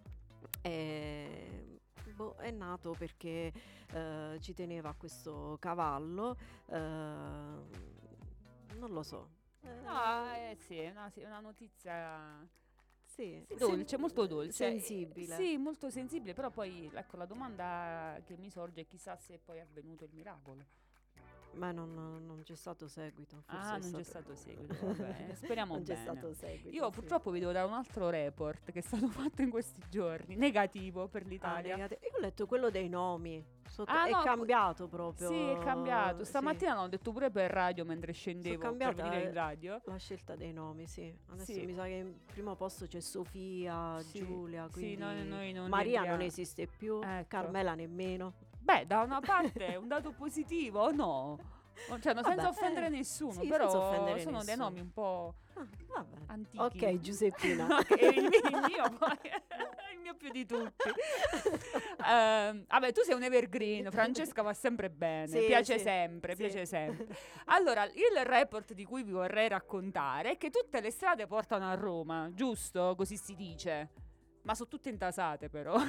E, boh, è nato perché eh, ci teneva a questo cavallo, eh, non lo so. Eh, No, eh, sì, è una, sì, una notizia sì, sì, dolce, sen- molto dolce. sensibile. Eh, Sì, molto sensibile, però poi ecco la domanda che mi sorge è chissà se poi è avvenuto il miracolo. Ma non, non c'è stato seguito. Forse Ah, è non c'è stato- stato seguito, vabbè, speriamo non c'è bene. stato seguito. Io sì. purtroppo vedevo da un altro report che è stato fatto in questi giorni, negativo per Ah, l'Italia. negati- Io ho letto quello dei nomi. So- Ah, è no, cambiato proprio. Sì, è cambiato. sì. Stamattina l'hanno detto pure per radio mentre scendevo per cambiata, venire in eh, radio. La scelta dei nomi, sì. Adesso Sì. mi sa che in primo posto c'è Sofia, Sì, Giulia, sì, quindi noi- noi non Maria entriamo. non esiste più, Ecco. Carmela nemmeno. Beh, da una parte è un dato positivo o no? O- Cioè, no, senza Vabbè, offendere eh, nessuno, sì, però senza offendere sono dei nessuno. nomi un po' Ah, vabbè. antichi. Ok, Giuseppina. Ok, il mio, il mio poi il mio più di tutti. Ehm, vabbè, tu sei un evergreen, Francesca va sempre bene, Sì, piace sì, sempre, sì. piace sempre. Allora, il report di cui vi vorrei raccontare è che tutte le strade portano a Roma, giusto? Così si dice. Ma sono tutte intasate però.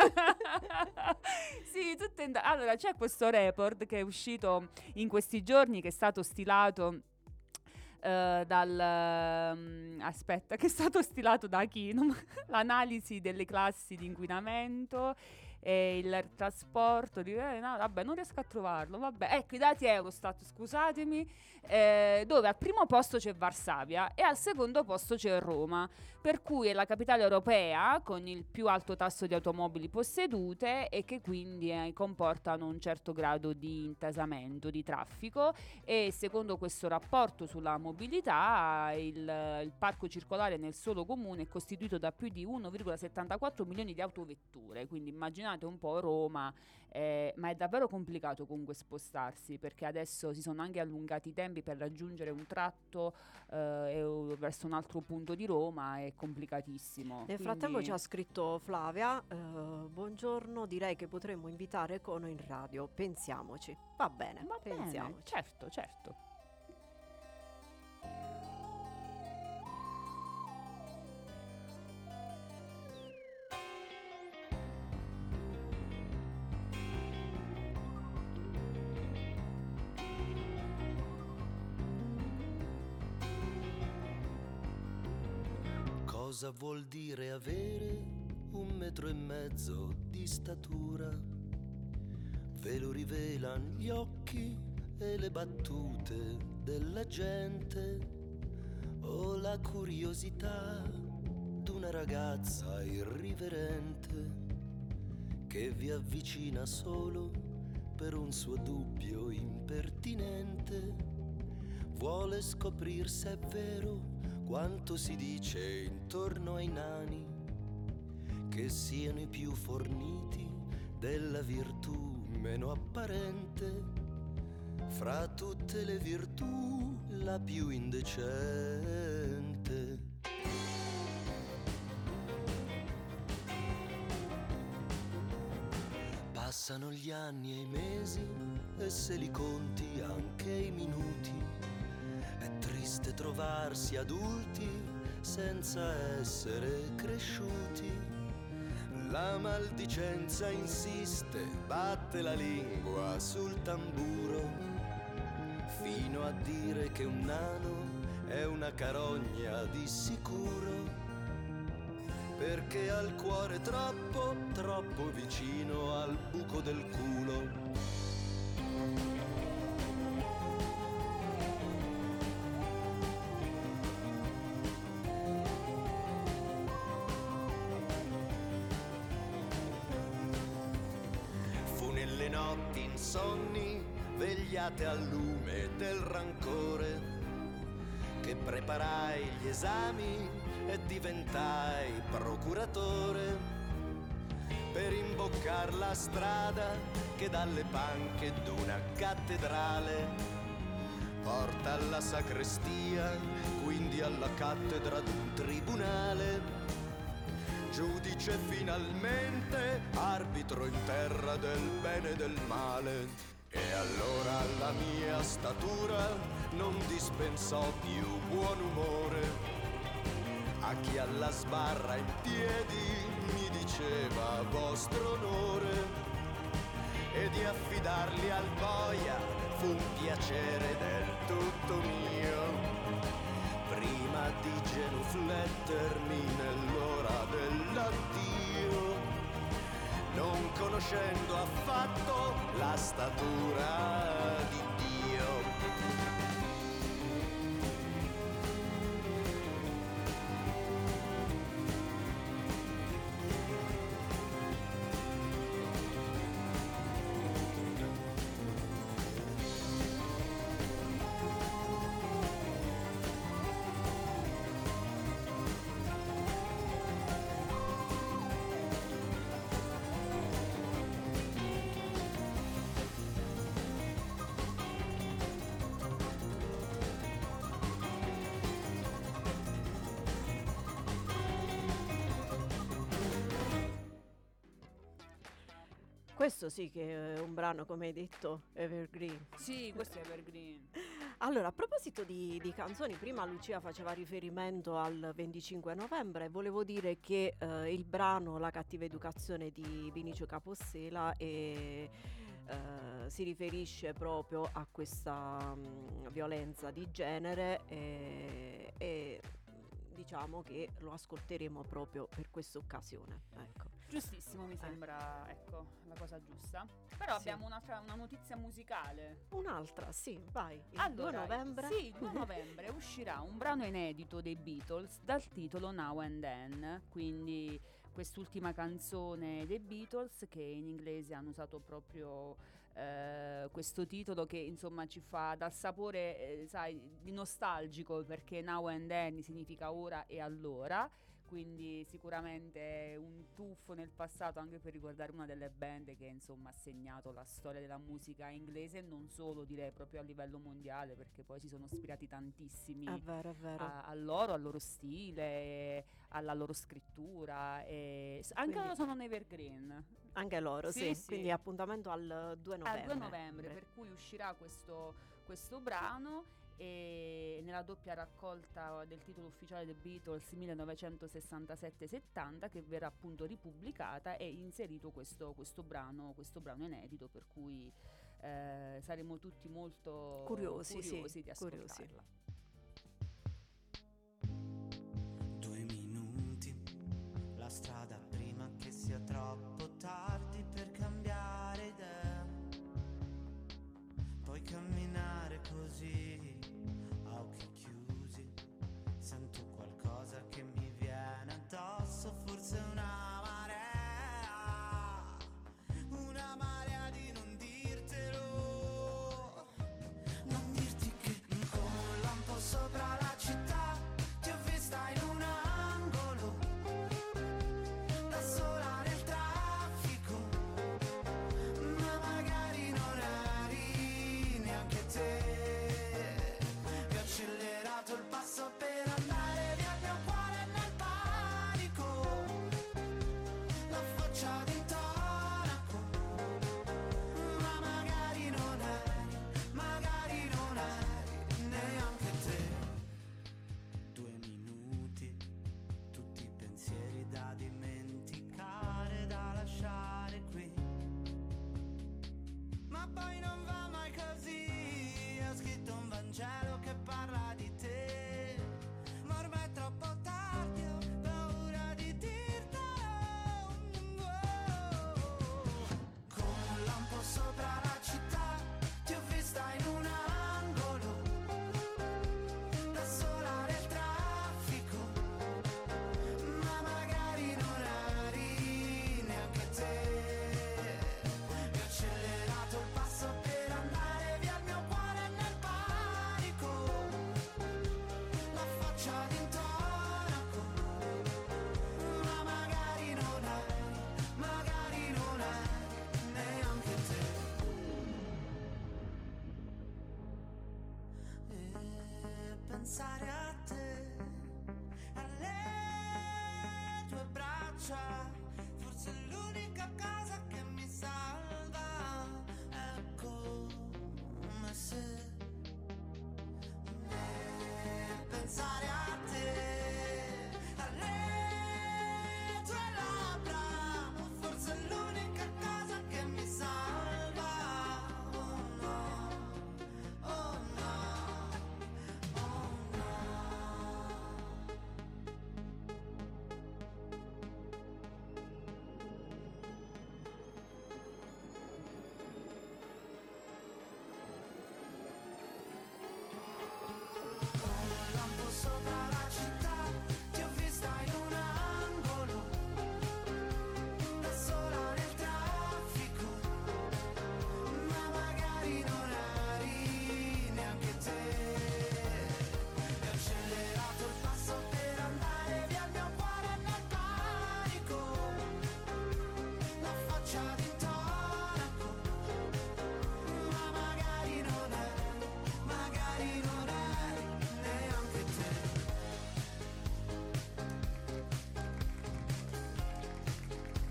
Sì, tutte intasate. Allora, c'è questo report che è uscito in questi giorni, che è stato stilato eh, dal... mm, aspetta, che è stato stilato da Chinum, l'analisi delle classi di inquinamento e il trasporto di... eh, no, vabbè, non riesco a trovarlo, vabbè. Ecco, i dati Eurostat, scusatemi, eh, dove al primo posto c'è Varsavia e al secondo posto c'è Roma, per cui è la capitale europea con il più alto tasso di automobili possedute e che quindi eh, comportano un certo grado di intasamento, di traffico, e secondo questo rapporto sulla mobilità il, il parco circolare nel solo comune è costituito da più di uno virgola settantaquattro milioni di autovetture, quindi immaginate un po' Roma, eh, ma è davvero complicato comunque spostarsi, perché adesso si sono anche allungati i tempi per raggiungere un tratto eh, e- verso un altro punto di Roma, è complicatissimo. Nel frattempo ci ha scritto Flavia, eh, buongiorno, direi che potremmo invitare Cono in radio, pensiamoci. Va bene, Va bene, pensiamoci. certo, certo. Cosa vuol dire avere un metro e mezzo di statura? Ve lo rivelano gli occhi e le battute della gente, o la curiosità d'una ragazza irriverente che vi avvicina solo per un suo dubbio impertinente. Vuole scoprir se è vero quanto si dice intorno ai nani, che siano i più forniti della virtù meno apparente, fra tutte le virtù la più indecente. Passano gli anni e i mesi e se li conti anche i minuti. È triste trovarsi adulti senza essere cresciuti. La maldicenza insiste, batte la lingua sul tamburo, fino a dire che un nano è una carogna di sicuro, perché ha il cuore troppo, troppo vicino al buco del culo. Fu nelle notti insonni vegliate al lume del rancore, che preparai gli esami e diventai procuratore, per imboccar la strada che dalle panche d'una cattedrale porta alla sacrestia, quindi alla cattedra d'un tribunale. Giudice finalmente, arbitro in terra del bene e del male. E allora la mia statura non dispensò più buon umore a chi alla sbarra in piedi mi diceva vostro onore, e di affidarli al boia fu un piacere del tutto mio, prima di genuflettermi nell'ora dell'addio, non conoscendo affatto la statura di Dio. Questo sì che è un brano, come hai detto, evergreen. Sì, questo è evergreen. Allora, a proposito di, di canzoni, prima Lucia faceva riferimento al venticinque novembre. Volevo dire che eh, il brano La cattiva educazione di Vinicio Capossela è, eh, si riferisce proprio a questa mh, violenza di genere e, e diciamo che lo ascolteremo proprio per questa occasione. Ecco. Giustissimo, mi sembra, ecco, la cosa giusta. Però Sì. abbiamo un'altra, una notizia musicale. Un'altra, sì, vai. Il Allora, due novembre. Sì, il due novembre uscirà un brano inedito dei Beatles dal titolo Now and Then, quindi quest'ultima canzone dei Beatles che in inglese hanno usato proprio eh, questo titolo che insomma ci fa dal sapore, eh, sai, di nostalgico, perché Now and Then significa ora e allora. Quindi sicuramente un tuffo nel passato anche per ricordare una delle band che insomma ha segnato la storia della musica inglese, e non solo, direi proprio a livello mondiale, perché poi si sono ispirati tantissimi È vero, è vero. a, a loro, al loro stile, alla loro scrittura, e s- anche Quindi- loro sono un evergreen. Anche loro, Sì, sì. sì. Quindi appuntamento al due novembre. Al due novembre, per cui uscirà questo, questo brano, e nella doppia raccolta del titolo ufficiale dei Beatles millenovecentosessantasette settanta, che verrà appunto ripubblicata, e inserito questo, questo brano questo brano inedito, per cui eh, saremo tutti molto Curiosi, sì, curiosi di curiosi. ascoltarla. Due minuti, la strada prima che sia troppo tardi per cambiare idea, puoi camminare così a occhi chiusi, sento qualcosa che mi viene addosso, forse una marea, una marea di non dirtelo, non dirti che ho un lampo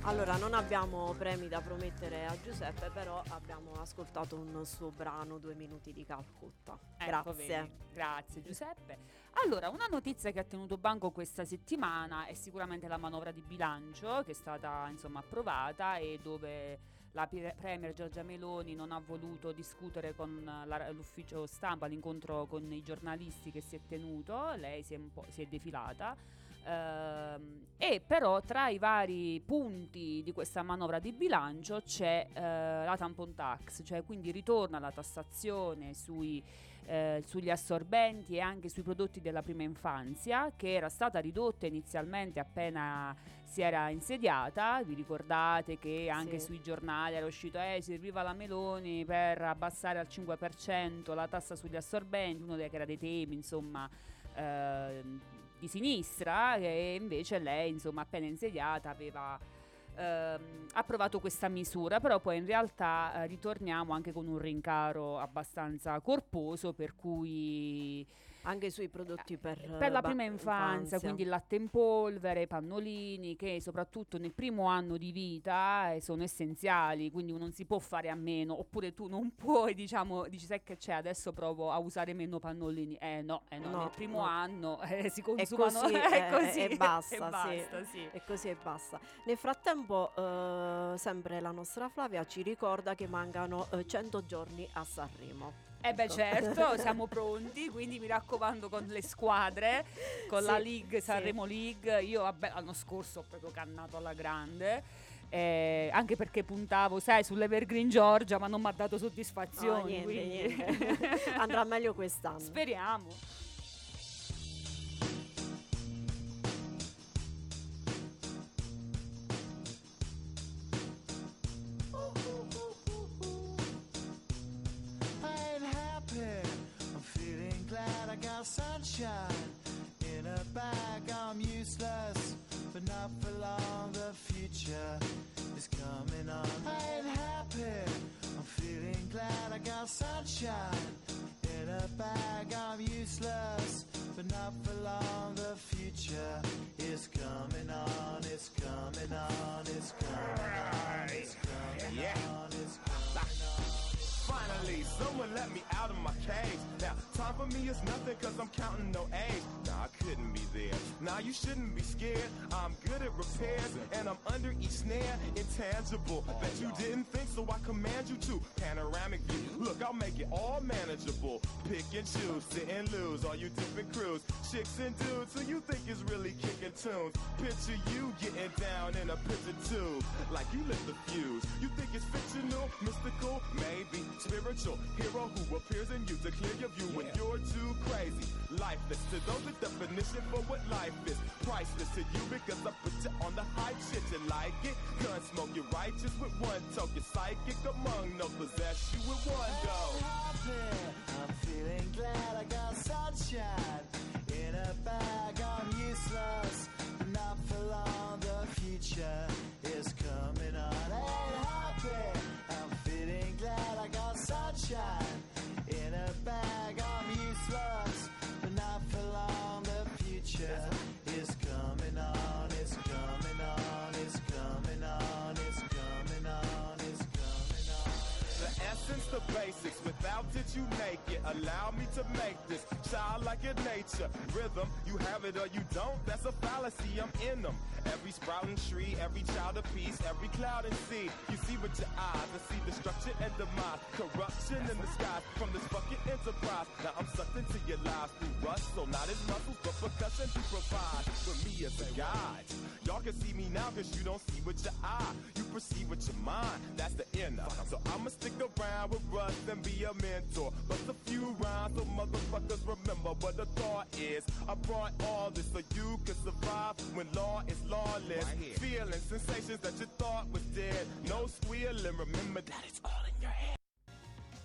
Allora, non abbiamo premi da promettere a Giuseppe, però abbiamo ascoltato un suo brano, Due minuti di Calcutta. Ecco, Grazie. vedi. Grazie Giuseppe. Allora, una notizia che ha tenuto banco questa settimana è sicuramente la manovra di bilancio che è stata insomma approvata e dove la pre- Premier Giorgia Meloni non ha voluto discutere con la- l'ufficio stampa, l'incontro con i giornalisti che si è tenuto, lei si è, un po', si è defilata. Ehm, e però tra i vari punti di questa manovra di bilancio c'è eh, la tampon tax, cioè quindi ritorna la tassazione sui, eh, sugli assorbenti e anche sui prodotti della prima infanzia, che era stata ridotta inizialmente appena si era insediata. Vi ricordate che anche Sì. sui giornali era uscito eh, serviva la Meloni per abbassare al cinque per cento la tassa sugli assorbenti, uno dei, che era dei temi insomma ehm, di sinistra, e invece lei insomma appena insediata aveva ehm, approvato questa misura, però poi in realtà eh, ritorniamo anche con un rincaro abbastanza corposo, per cui Anche sui prodotti per, per la ba- prima infanzia, quindi il latte in polvere, i pannolini, che soprattutto nel primo anno di vita eh, sono essenziali, quindi non si può fare a meno, oppure tu non puoi, diciamo, dici sai che c'è, adesso provo a usare meno pannolini, eh no, eh no, No, nel primo no. anno eh, si E consumano, così, è e- così, e basta, e sì. basta, sì. E così e basta. Nel frattempo, eh, sempre la nostra Flavia ci ricorda che mancano eh, cento giorni a Sanremo. Eh beh Ecco. certo, siamo pronti, quindi mi raccomando con le squadre, con la Sì, League, sì. Sanremo League. Io vabbè l'anno scorso ho proprio cannato alla grande, eh, anche perché puntavo, sai, sull'Evergreen Giorgia, ma non mi ha dato No, soddisfazioni, niente, quindi niente. Andrà meglio quest'anno. speriamo. I ain't happy. I'm feeling glad I got sunshine in a bag. I'm useless, but not for long. The future is coming on. I ain't happy. I'm feeling glad I got sunshine in a bag. I'm useless, but not for long. The future is coming on. It's coming on. It's coming on. It's coming Yeah. on. It's coming on. Finally, someone let me out of my cage. Now, time for me is nothing cause I'm counting no age. Nah, I couldn't be there. Now, you shouldn't be scared. I'm good at repairs and I'm under each snare. Intangible. Bet you didn't think, so I command you to. Panoramic view. Look, I'll make it all manageable. Pick and choose, sit and lose. All you different crews, chicks and dudes who you think is really kicking tunes. Picture you getting down in a picture tube. Like you lit the fuse. You think it's fictional, mystical, maybe. Spiritual hero who appears in you to clear your view when you're too crazy. Lifeless to those, the definition for what life is. Priceless to you because I put you on the high shit. You like it? Gun smoke, you're righteous with one toke. You're psychic among no possess you with one go. Happy. I'm feeling glad I got sunshine in a bag. I'm useless, but not for long. The future is coming on. Ain't happy. I'm feeling glad I got sunshine in a bag. I'm useless, but not for long. The future is coming on. It's coming on. It's coming on. It's coming on. It's coming on. The essence, the basics. Without it, you make it. Allow me to make this childlike in nature. Rhythm, you have it or you don't. That's a fallacy. I'm in them. Every sprouting tree, every child of peace, every cloud and sea. You see with your eyes and see destruction and demise. Corruption in the skies from this fucking enterprise. Now I'm sucked into your lives through rust. So not as muscles, but percussion to provide for me as a guide. Y'all can see me now cause you don't see with your eye. You perceive with your mind. That's the inner. So I'ma stick around with Russ and be a mentor. Bust a few rhymes so motherfuckers remember what the thought is. I brought all this so you can survive when law is lawless. Right. Feeling sensations that you thought was dead. No squealing. Remember that it's all in your head.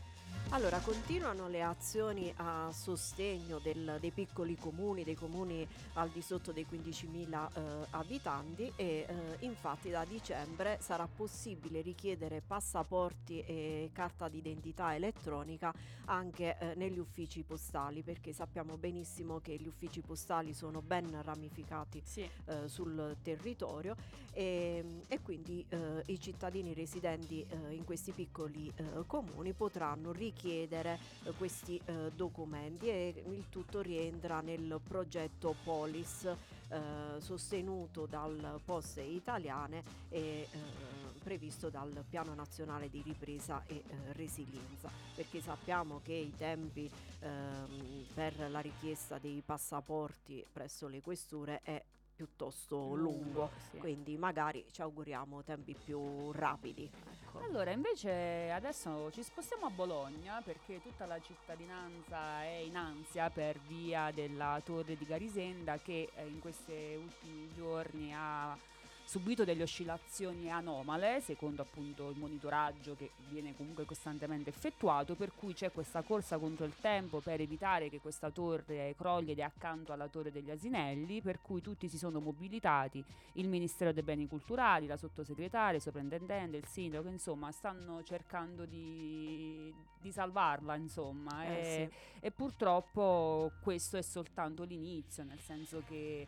Allora, continuano le azioni a sostegno del- dei piccoli comuni, dei comuni al di sotto dei quindicimila eh, abitanti e eh, infatti da dicembre sarà possibile richiedere passaporti e carta d'identità elettronica anche eh, negli uffici postali, perché sappiamo benissimo che gli uffici postali sono ben ramificati Sì. eh, sul territorio e, e quindi eh, i cittadini residenti eh, in questi piccoli eh, comuni potranno richiedere chiedere eh, questi eh, documenti e il tutto rientra nel progetto Polis eh, sostenuto dal Poste Italiane e eh, previsto dal Piano Nazionale di Ripresa e eh, Resilienza, perché sappiamo che i tempi ehm, per la richiesta dei passaporti presso le questure è piuttosto lungo, sì. quindi magari ci auguriamo tempi più rapidi. Ecco. Allora, invece adesso ci spostiamo a Bologna perché tutta la cittadinanza è in ansia per via della torre di Garisenda che eh, in questi ultimi giorni ha subito delle oscillazioni anomale, secondo appunto il monitoraggio che viene comunque costantemente effettuato, per cui c'è questa corsa contro il tempo per evitare che questa torre crolli ed è accanto alla torre degli Asinelli, per cui tutti si sono mobilitati, il Ministero dei Beni Culturali, la sottosegretaria, il sovrintendente, il sindaco, insomma stanno cercando di, di salvarla, insomma, Eh, e, sì. e purtroppo questo è soltanto l'inizio, nel senso che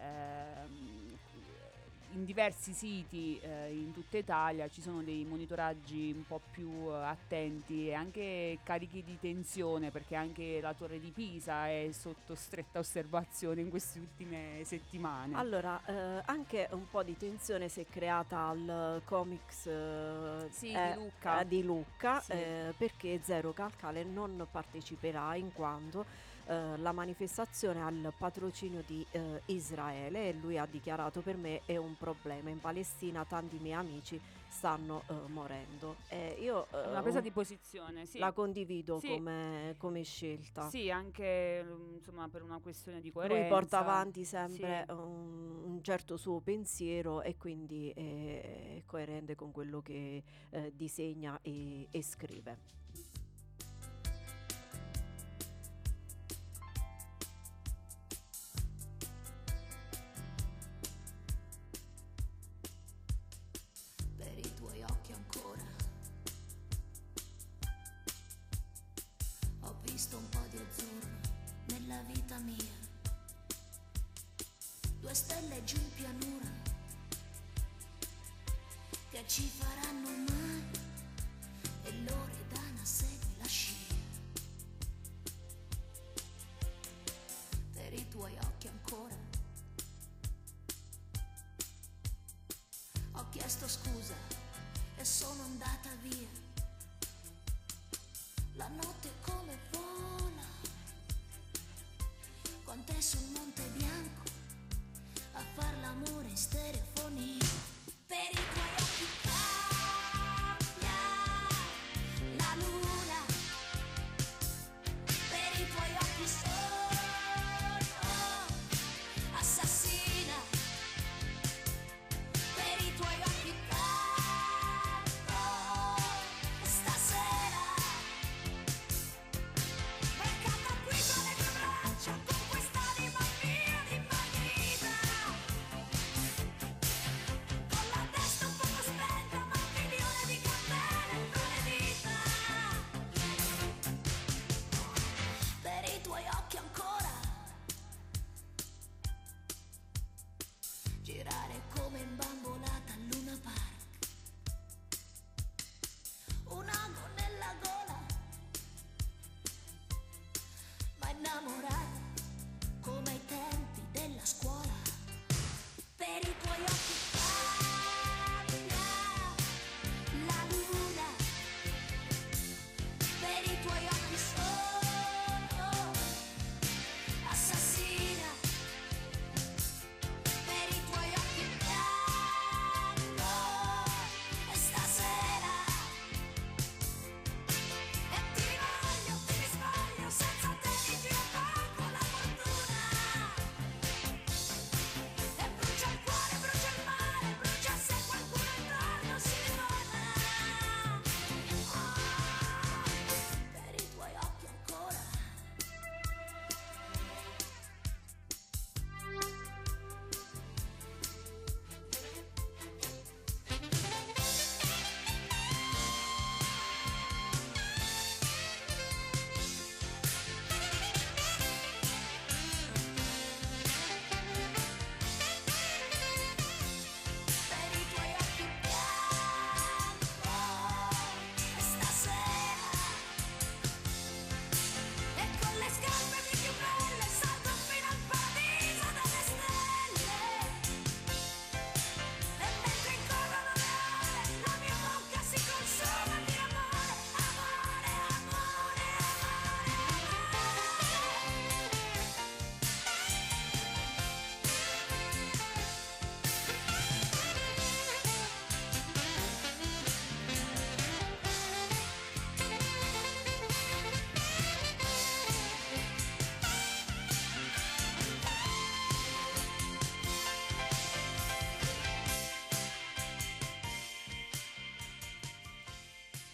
ehm, in diversi siti eh, in tutta Italia ci sono dei monitoraggi un po' più eh, attenti e anche carichi di tensione, perché anche la torre di Pisa è sotto stretta osservazione in queste ultime settimane. Allora, eh, anche un po' di tensione si è creata al Comics eh, Sì, eh, di Lucca. eh, di Lucca, Sì. eh, perché Zero Calcale non parteciperà in quanto eh, la manifestazione ha il patrocinio di eh, Israele e lui ha dichiarato: per me è un problema, in Palestina tanti miei amici stanno eh, morendo. E io eh, Una presa di posizione, sì. la condivido Sì. come, come scelta. Sì, anche mm, insomma per una questione di coerenza. Lui porta avanti sempre Sì. un, un certo suo pensiero e quindi è coerente con quello che eh, disegna e, e scrive. Per i tuoi occhi ancora ho visto un po' di azzurro nella vita mia, due stelle giù in pianura che ci faranno male e Loredana segue la scia. Per i tuoi occhi ancora ho chiesto scusa e sono andata via. La notte come vola con te sul Monte Bianco a far l'amore in stereofonia. Per i tuoi occhi cambia la luna, per i tuoi occhi sono assassina, per i tuoi occhi canto stasera, beccata qui con le tue braccia, con quest'anima mia di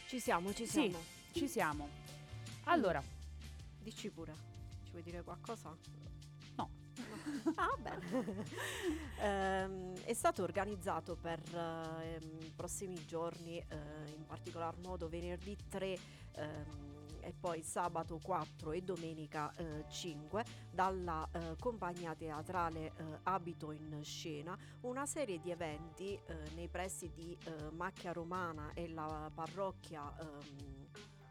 Ci siamo, ci Sì, siamo. ci siamo. Allora, Dici pure. Ci vuoi dire qualcosa? no. Ah, bene. Ehm, è stato organizzato per eh, i prossimi giorni, eh, in particolar modo venerdì tre ehm, e poi sabato quattro e domenica eh, cinque, dalla eh, compagnia teatrale eh, Abito in Scena, una serie di eventi eh, nei pressi di eh, Macchia Romana e la parrocchia. ehm,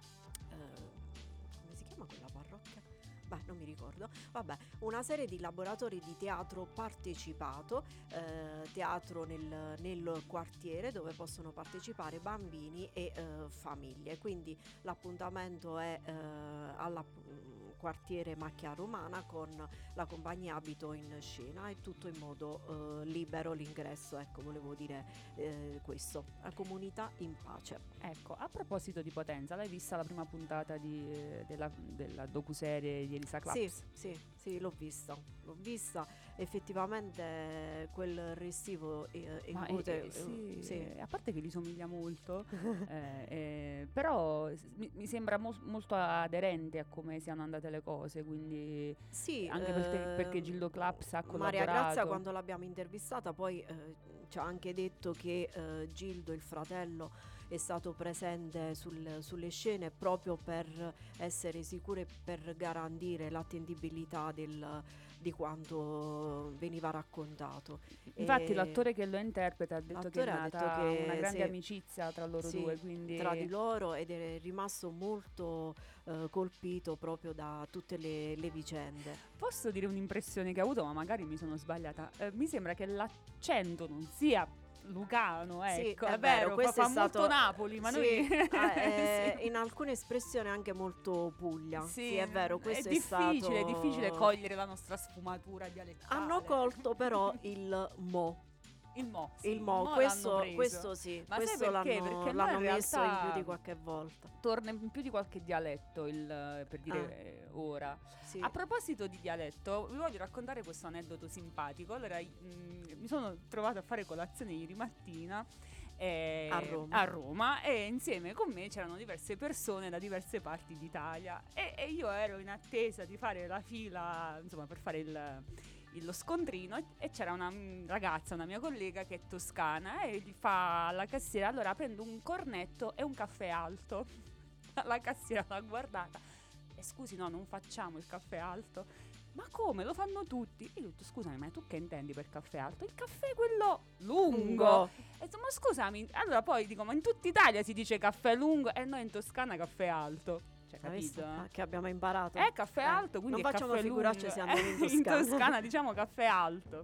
eh, come si chiama quella parrocchia? Beh, non mi ricordo. Vabbè, una serie di laboratori di teatro partecipato, eh, teatro nel, nel quartiere, dove possono partecipare bambini e eh, famiglie. Quindi l'appuntamento è eh, alla mm, quartiere Macchia Romana con la compagnia Abito in Scena, e tutto in modo eh, libero l'ingresso. Ecco, volevo dire eh, questo. La comunità in pace. Ecco, a proposito di Potenza, l'hai vista la prima puntata di, della, della docuserie di Elisa Claps? Sì, sì, sì, l'ho vista, l'ho vista. Effettivamente quel restivo eh, in Ma cute, eh, eh, sì, sì. eh, a parte che gli somiglia molto, eh, eh, però s- mi, mi sembra mos- molto aderente a come siano andate le cose, quindi Sì, anche perché, perché ehm, Gildo Claps ha Maria collaborato. Grazia, quando l'abbiamo intervistata, poi eh, ci ha anche detto che eh, Gildo, il fratello, è stato presente sul- sulle scene proprio per essere sicuro e per garantire l'attendibilità del- di quanto veniva raccontato. Infatti E l'attore che lo interpreta ha detto che è l'attore ha detto nata che una grande sì, amicizia tra loro sì, due, quindi tra di loro, ed è rimasto molto eh, colpito proprio da tutte le, le vicende. posso dire un'impressione che ho avuto, ma magari mi sono sbagliata. Eh, mi sembra che l'accento non sia lucano, Sì, ecco, è è vero, vero, questo fa, è fa molto stato- Napoli, ma sì, noi ah, eh, sì. in alcune espressioni anche molto Puglia. Sì, è vero, questo è, è difficile, è stato difficile cogliere la nostra sfumatura dialettale. Hanno colto però il mo. il mo, sì, Il mo, l'hanno questo, preso. questo sì, Ma sai questo perché? l'hanno, Perché noi l'hanno in messo in realtà più di qualche volta. torna in più di qualche dialetto il, eh, per dire eh, ora. Sì. A proposito di dialetto, vi voglio raccontare questo aneddoto simpatico. Allora, mh, mi sono trovata a fare colazione ieri mattina eh, A Roma. a Roma, e insieme con me c'erano diverse persone da diverse parti d'Italia, e, e io ero in attesa di fare la fila, insomma, per fare il, il- lo scontrino, e, e c'era una mm, ragazza, una mia collega che è toscana, e gli fa alla cassiera: allora prendo un cornetto e un caffè alto. La cassiera l'ha guardata: e scusi, no, non facciamo il caffè alto. Ma come? Lo fanno tutti. E io ho detto: scusami, ma tu che intendi per caffè alto? Il caffè quello lungo. Lungo. E ho detto: ma scusami, allora poi dico, ma in tutta Italia si dice caffè lungo e noi in Toscana caffè alto. Cioè, Hai visto? capito? Ah, che abbiamo imparato. È caffè Eh, alto, quindi non è facciamo caffè figuracce lungo. se andiamo in Eh, Toscana. in Toscana diciamo caffè alto.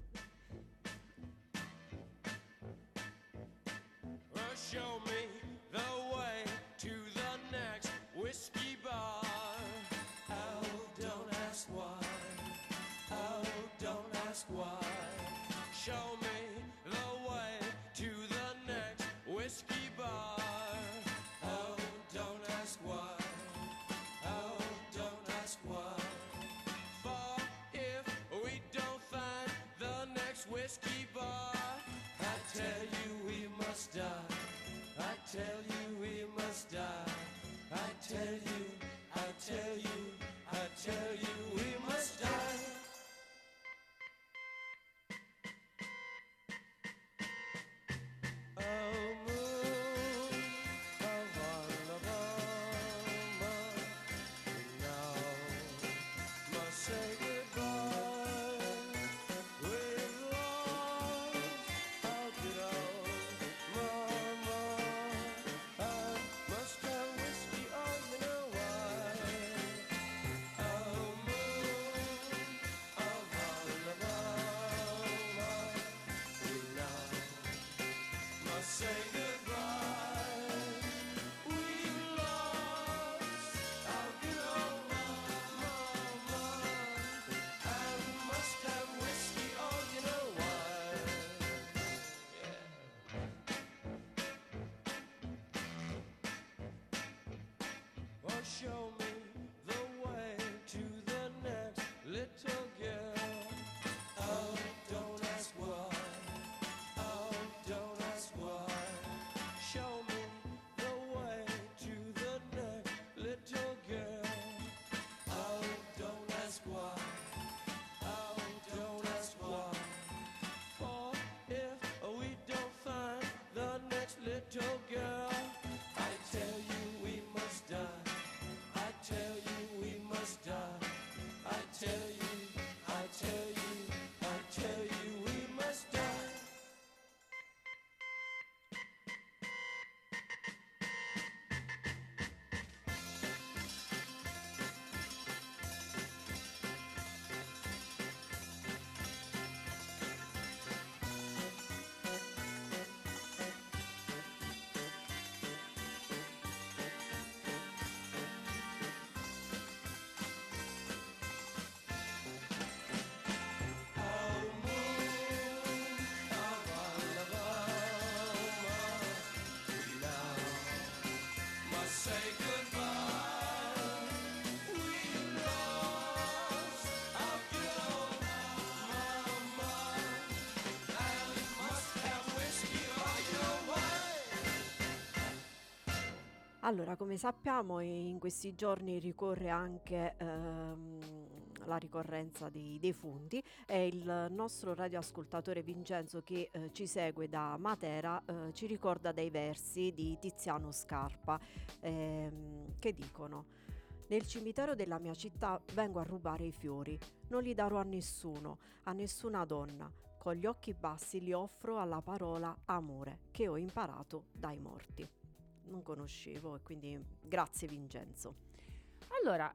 Well, show me the way to the next whiskey bar. Oh, don't ask why. Oh, don't ask why. Show me the way to the next whiskey bar. Oh, don't ask why. Oh, don't ask why. For if we don't find the next whiskey bar, I tell you we must die. I tell you we must die. I tell you, I tell you, I tell you we must die. Oh, moon of Alabama, we now must say goodbye. We've lost our good old mama. I must have whiskey on me now. Allora, come sappiamo, in questi giorni ricorre anche ehm, la ricorrenza dei defunti e il nostro radioascoltatore Vincenzo che eh, ci segue da Matera eh, ci ricorda dei versi di Tiziano Scarpa ehm, che dicono: nel cimitero della mia città vengo a rubare i fiori, non li darò a nessuno, a nessuna donna. Con gli occhi bassi li offro alla parola amore che ho imparato dai morti. Non conoscevo e quindi grazie Vincenzo. Allora,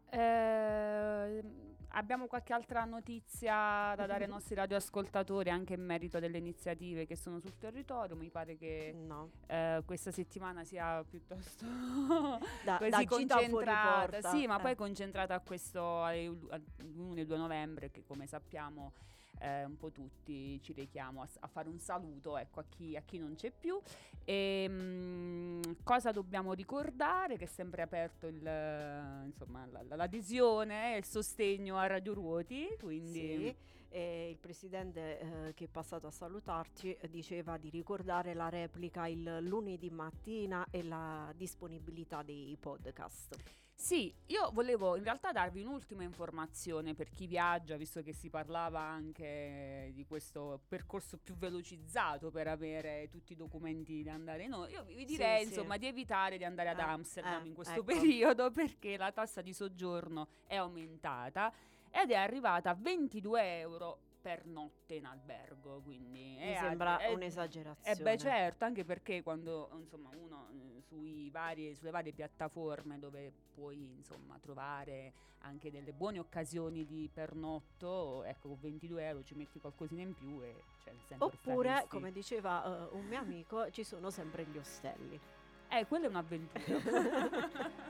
eh, abbiamo qualche altra notizia da dare ai nostri radioascoltatori anche in merito delle iniziative che sono sul territorio? Mi pare che no. eh, questa settimana sia piuttosto da, così da concentrata, sì, ma eh. poi concentrata a questo l'uno e due novembre, che come sappiamo Eh, un po' tutti ci rechiamo a, a fare un saluto, ecco, a chi, a chi non c'è più. E mh, cosa dobbiamo ricordare? Che è sempre aperto il, insomma, la, la, l'adesione e il sostegno a Radio Ruoti, quindi sì, e il presidente eh, che è passato a salutarci eh, diceva di ricordare la replica il lunedì mattina e la disponibilità dei podcast. Sì, io volevo in realtà darvi un'ultima informazione per chi viaggia, visto che si parlava anche di questo percorso più velocizzato per avere tutti i documenti da andare in. Io vi direi, sì, insomma, sì. di evitare di andare ad Eh, Amsterdam eh, in questo ecco. periodo, perché la tassa di soggiorno è aumentata ed è arrivata a ventidue euro per notte in albergo, quindi Mi è sembra è, un'esagerazione. Eh beh, certo, anche perché quando insomma uno eh, sui vari, sulle varie piattaforme dove puoi insomma trovare anche delle buone occasioni di pernotto, ecco, con ventidue euro ci metti qualcosina in più e c'è il sempre Oppure, staresti. come diceva uh, un mio amico, ci sono sempre gli ostelli. Eh, quella è un'avventura.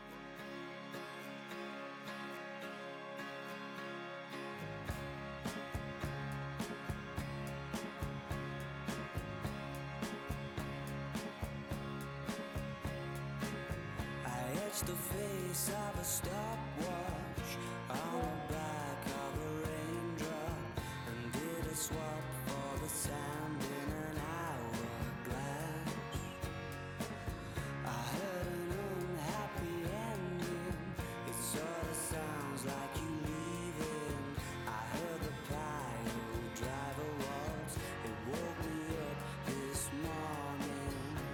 The face of a stopwatch on the back of a raindrop, and did a swap for the sand in an hourglass. I heard an unhappy ending, it sort of sounds like you leaving. I heard the pile driver waltz, it woke me up this morning.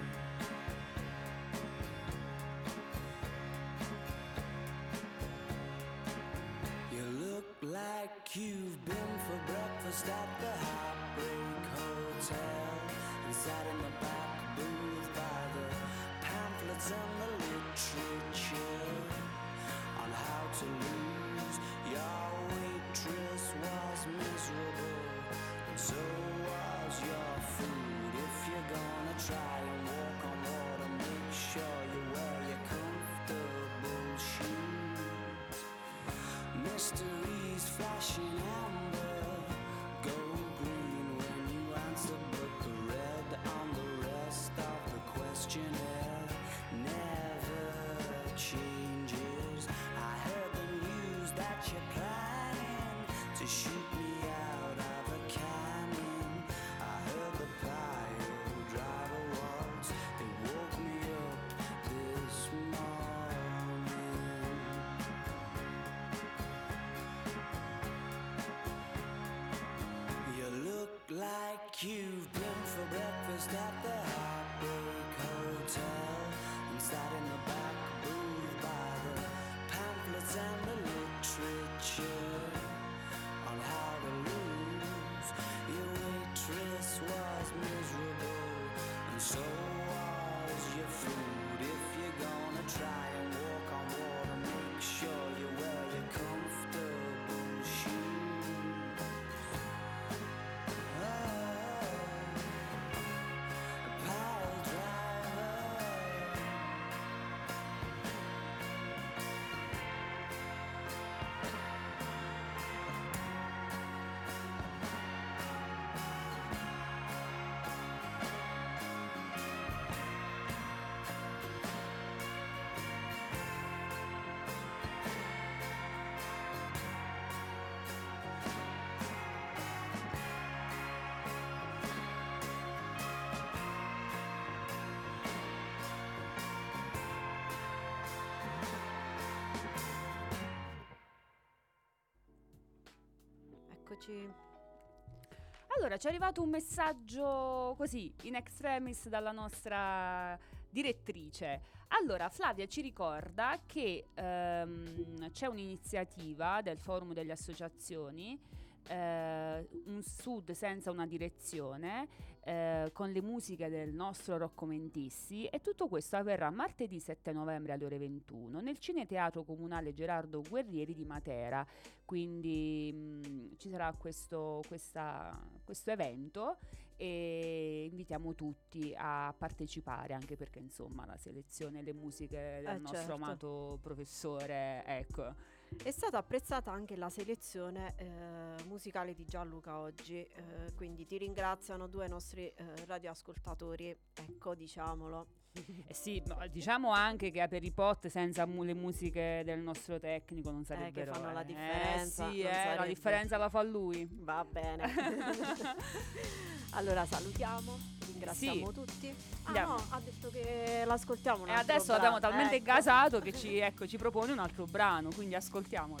Like you've been for breakfast at the Heartbreak Hotel and sat in the back booth by the pamphlets and the literature on how to lose. Your waitress was miserable and so was your food. If you're gonna try and walk on water, make sure you wear your comfortable shoes. Mysteries flashing amber, gold green when you answer, but the red on the rest of the questionnaire never changes. I heard the news that you're planning to shoot me out eccoci. Allora, ci è arrivato un messaggio così, in extremis, dalla nostra direttrice. Allora, Flavia ci ricorda che ehm, c'è un'iniziativa del Forum delle Associazioni, eh, un Sud senza una direzione, eh, con le musiche del nostro Rocco Mentissi, e tutto questo avverrà martedì sette novembre alle ore ventuno nel Cineteatro Comunale Gerardo Guerrieri di Matera. Quindi mh, ci sarà questo, questa, questo evento e invitiamo tutti a partecipare, anche perché insomma la selezione, le musiche del Eh, nostro certo. amato professore, ecco. È stata apprezzata anche la selezione eh, musicale di Gianluca oggi, eh, quindi ti ringraziano due nostri eh, radioascoltatori, ecco, diciamolo. Eh sì, ma diciamo anche che Aperipot senza mu- le musiche del nostro tecnico non sarebbero, fanno la eh. differenza, Eh sì, non eh, la sarebbe- differenza la fa lui. Va bene. Allora salutiamo, ringraziamo Sì. tutti. Ah Andiamo. no, ha detto che l'ascoltiamo un E altro adesso l'abbiamo brano, talmente ecco. gasato che ci, ecco, ci propone un altro brano, quindi ascoltiamolo.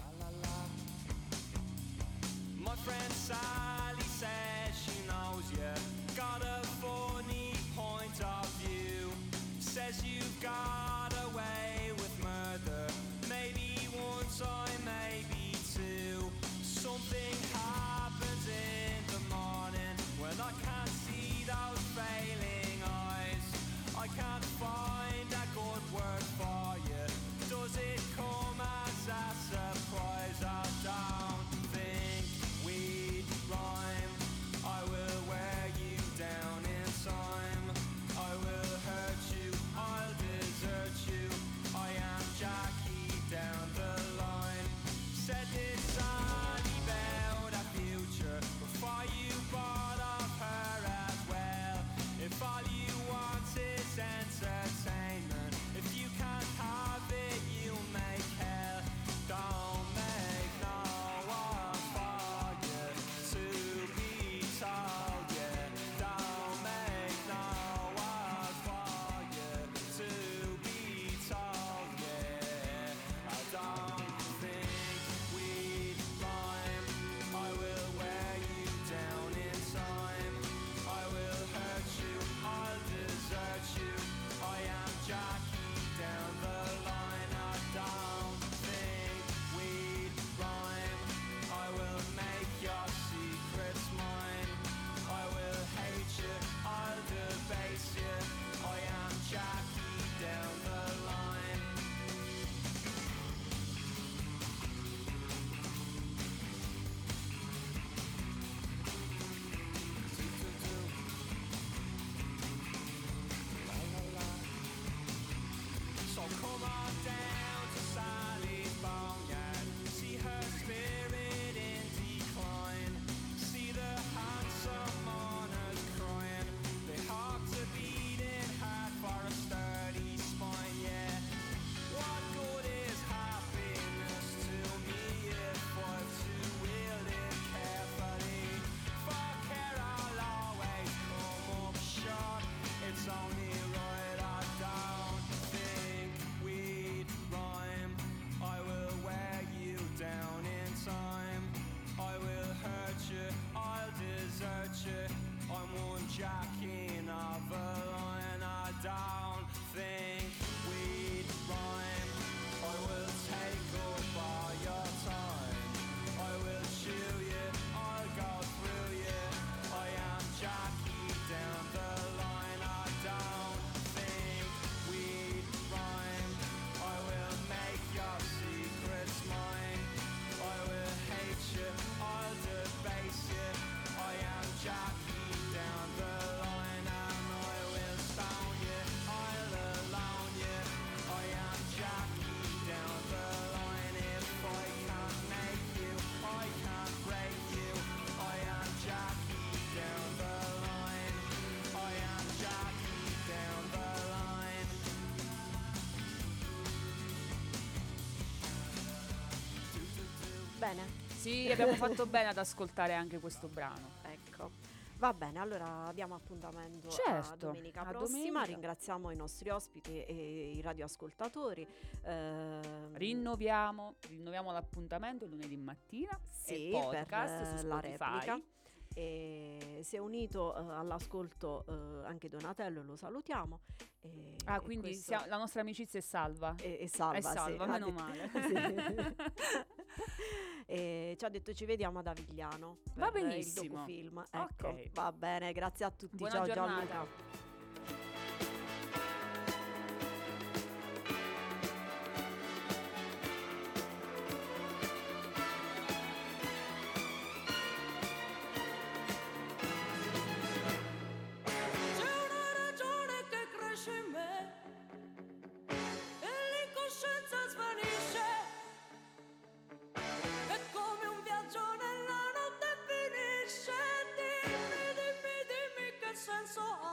My friend Sally says she knows you got a funny point of view. Says you've got away with murder. Maybe one time, maybe two. Something happens in the morning when I can't see those failing eyes. I can't find a good word for you. Does it come as a surprise? I don't think we'd rhyme. I will wear you down in time. I will hurt you, I'll desert you. I am Jackie down the line. Said this only about a future before you bought off her as well. If all you want is entertainment, if you can't have it, you make hell. Don't make no one for you to be told, yeah. Don't make no one for you to be told, yeah. I don't think we'd rhyme. I will wear you down in time. I will hurt you, I'll desert you. I am Jackie down the line. I don't think we'd rhyme. I will make your secrets mine. I will hate you, I'll debase you. I am Jackie down the line. So come on down to Sally's boneyard. See her spirit in decline. See the handsome mourners crying. They hearts are beating hard for a sturdy spine, yeah. What good is happiness to me if I'm to wield it carefully? For care I'll always come up short. It's only right I don't think we'd rhyme. I will wear you down in time. I will hurt you, I'll desert you. I'm one jack in of a line. I don't think we'd rhyme. I will take up all your time. I will chew you, I'll go through you. I am Jackie down the line. I don't think we'd rhyme. I will make your secrets mine. I will hate you, I'll debase you. I am Jackie down the line, and I will stone you, I'll alone you. I am Jackie down the line. If I can't make you, I can't break you. I am Jackie down the line. I am Jackie down the line. Bene, Sì, abbiamo fatto bene ad ascoltare anche questo brano. ecco. Va bene, allora diamo appuntamento a Certo, domenica a prossima. domenica. Ringraziamo i nostri ospiti e i radioascoltatori. Ehm, Rinnoviamo, rinnoviamo l'appuntamento lunedì mattina sì, e podcast per eh, su la Spotify. replica. E si è unito eh, all'ascolto eh, anche Donatello, lo salutiamo. E, Ah, e quindi questo- sia- la nostra amicizia è salva. e, e salva, È sì, salva, ha meno detto- male. sì. E ci ha detto ci vediamo ad Avigliano per Va il benissimo. docufilm. Ecco, Ok. va bene, grazie a tutti. Buona Ciao giornata. Gianluca. C'è una ragione che cresce in me e l'incoscienza svanisce. È come un viaggio nella notte finisce. Dimmi, dimmi, dimmi che senso ha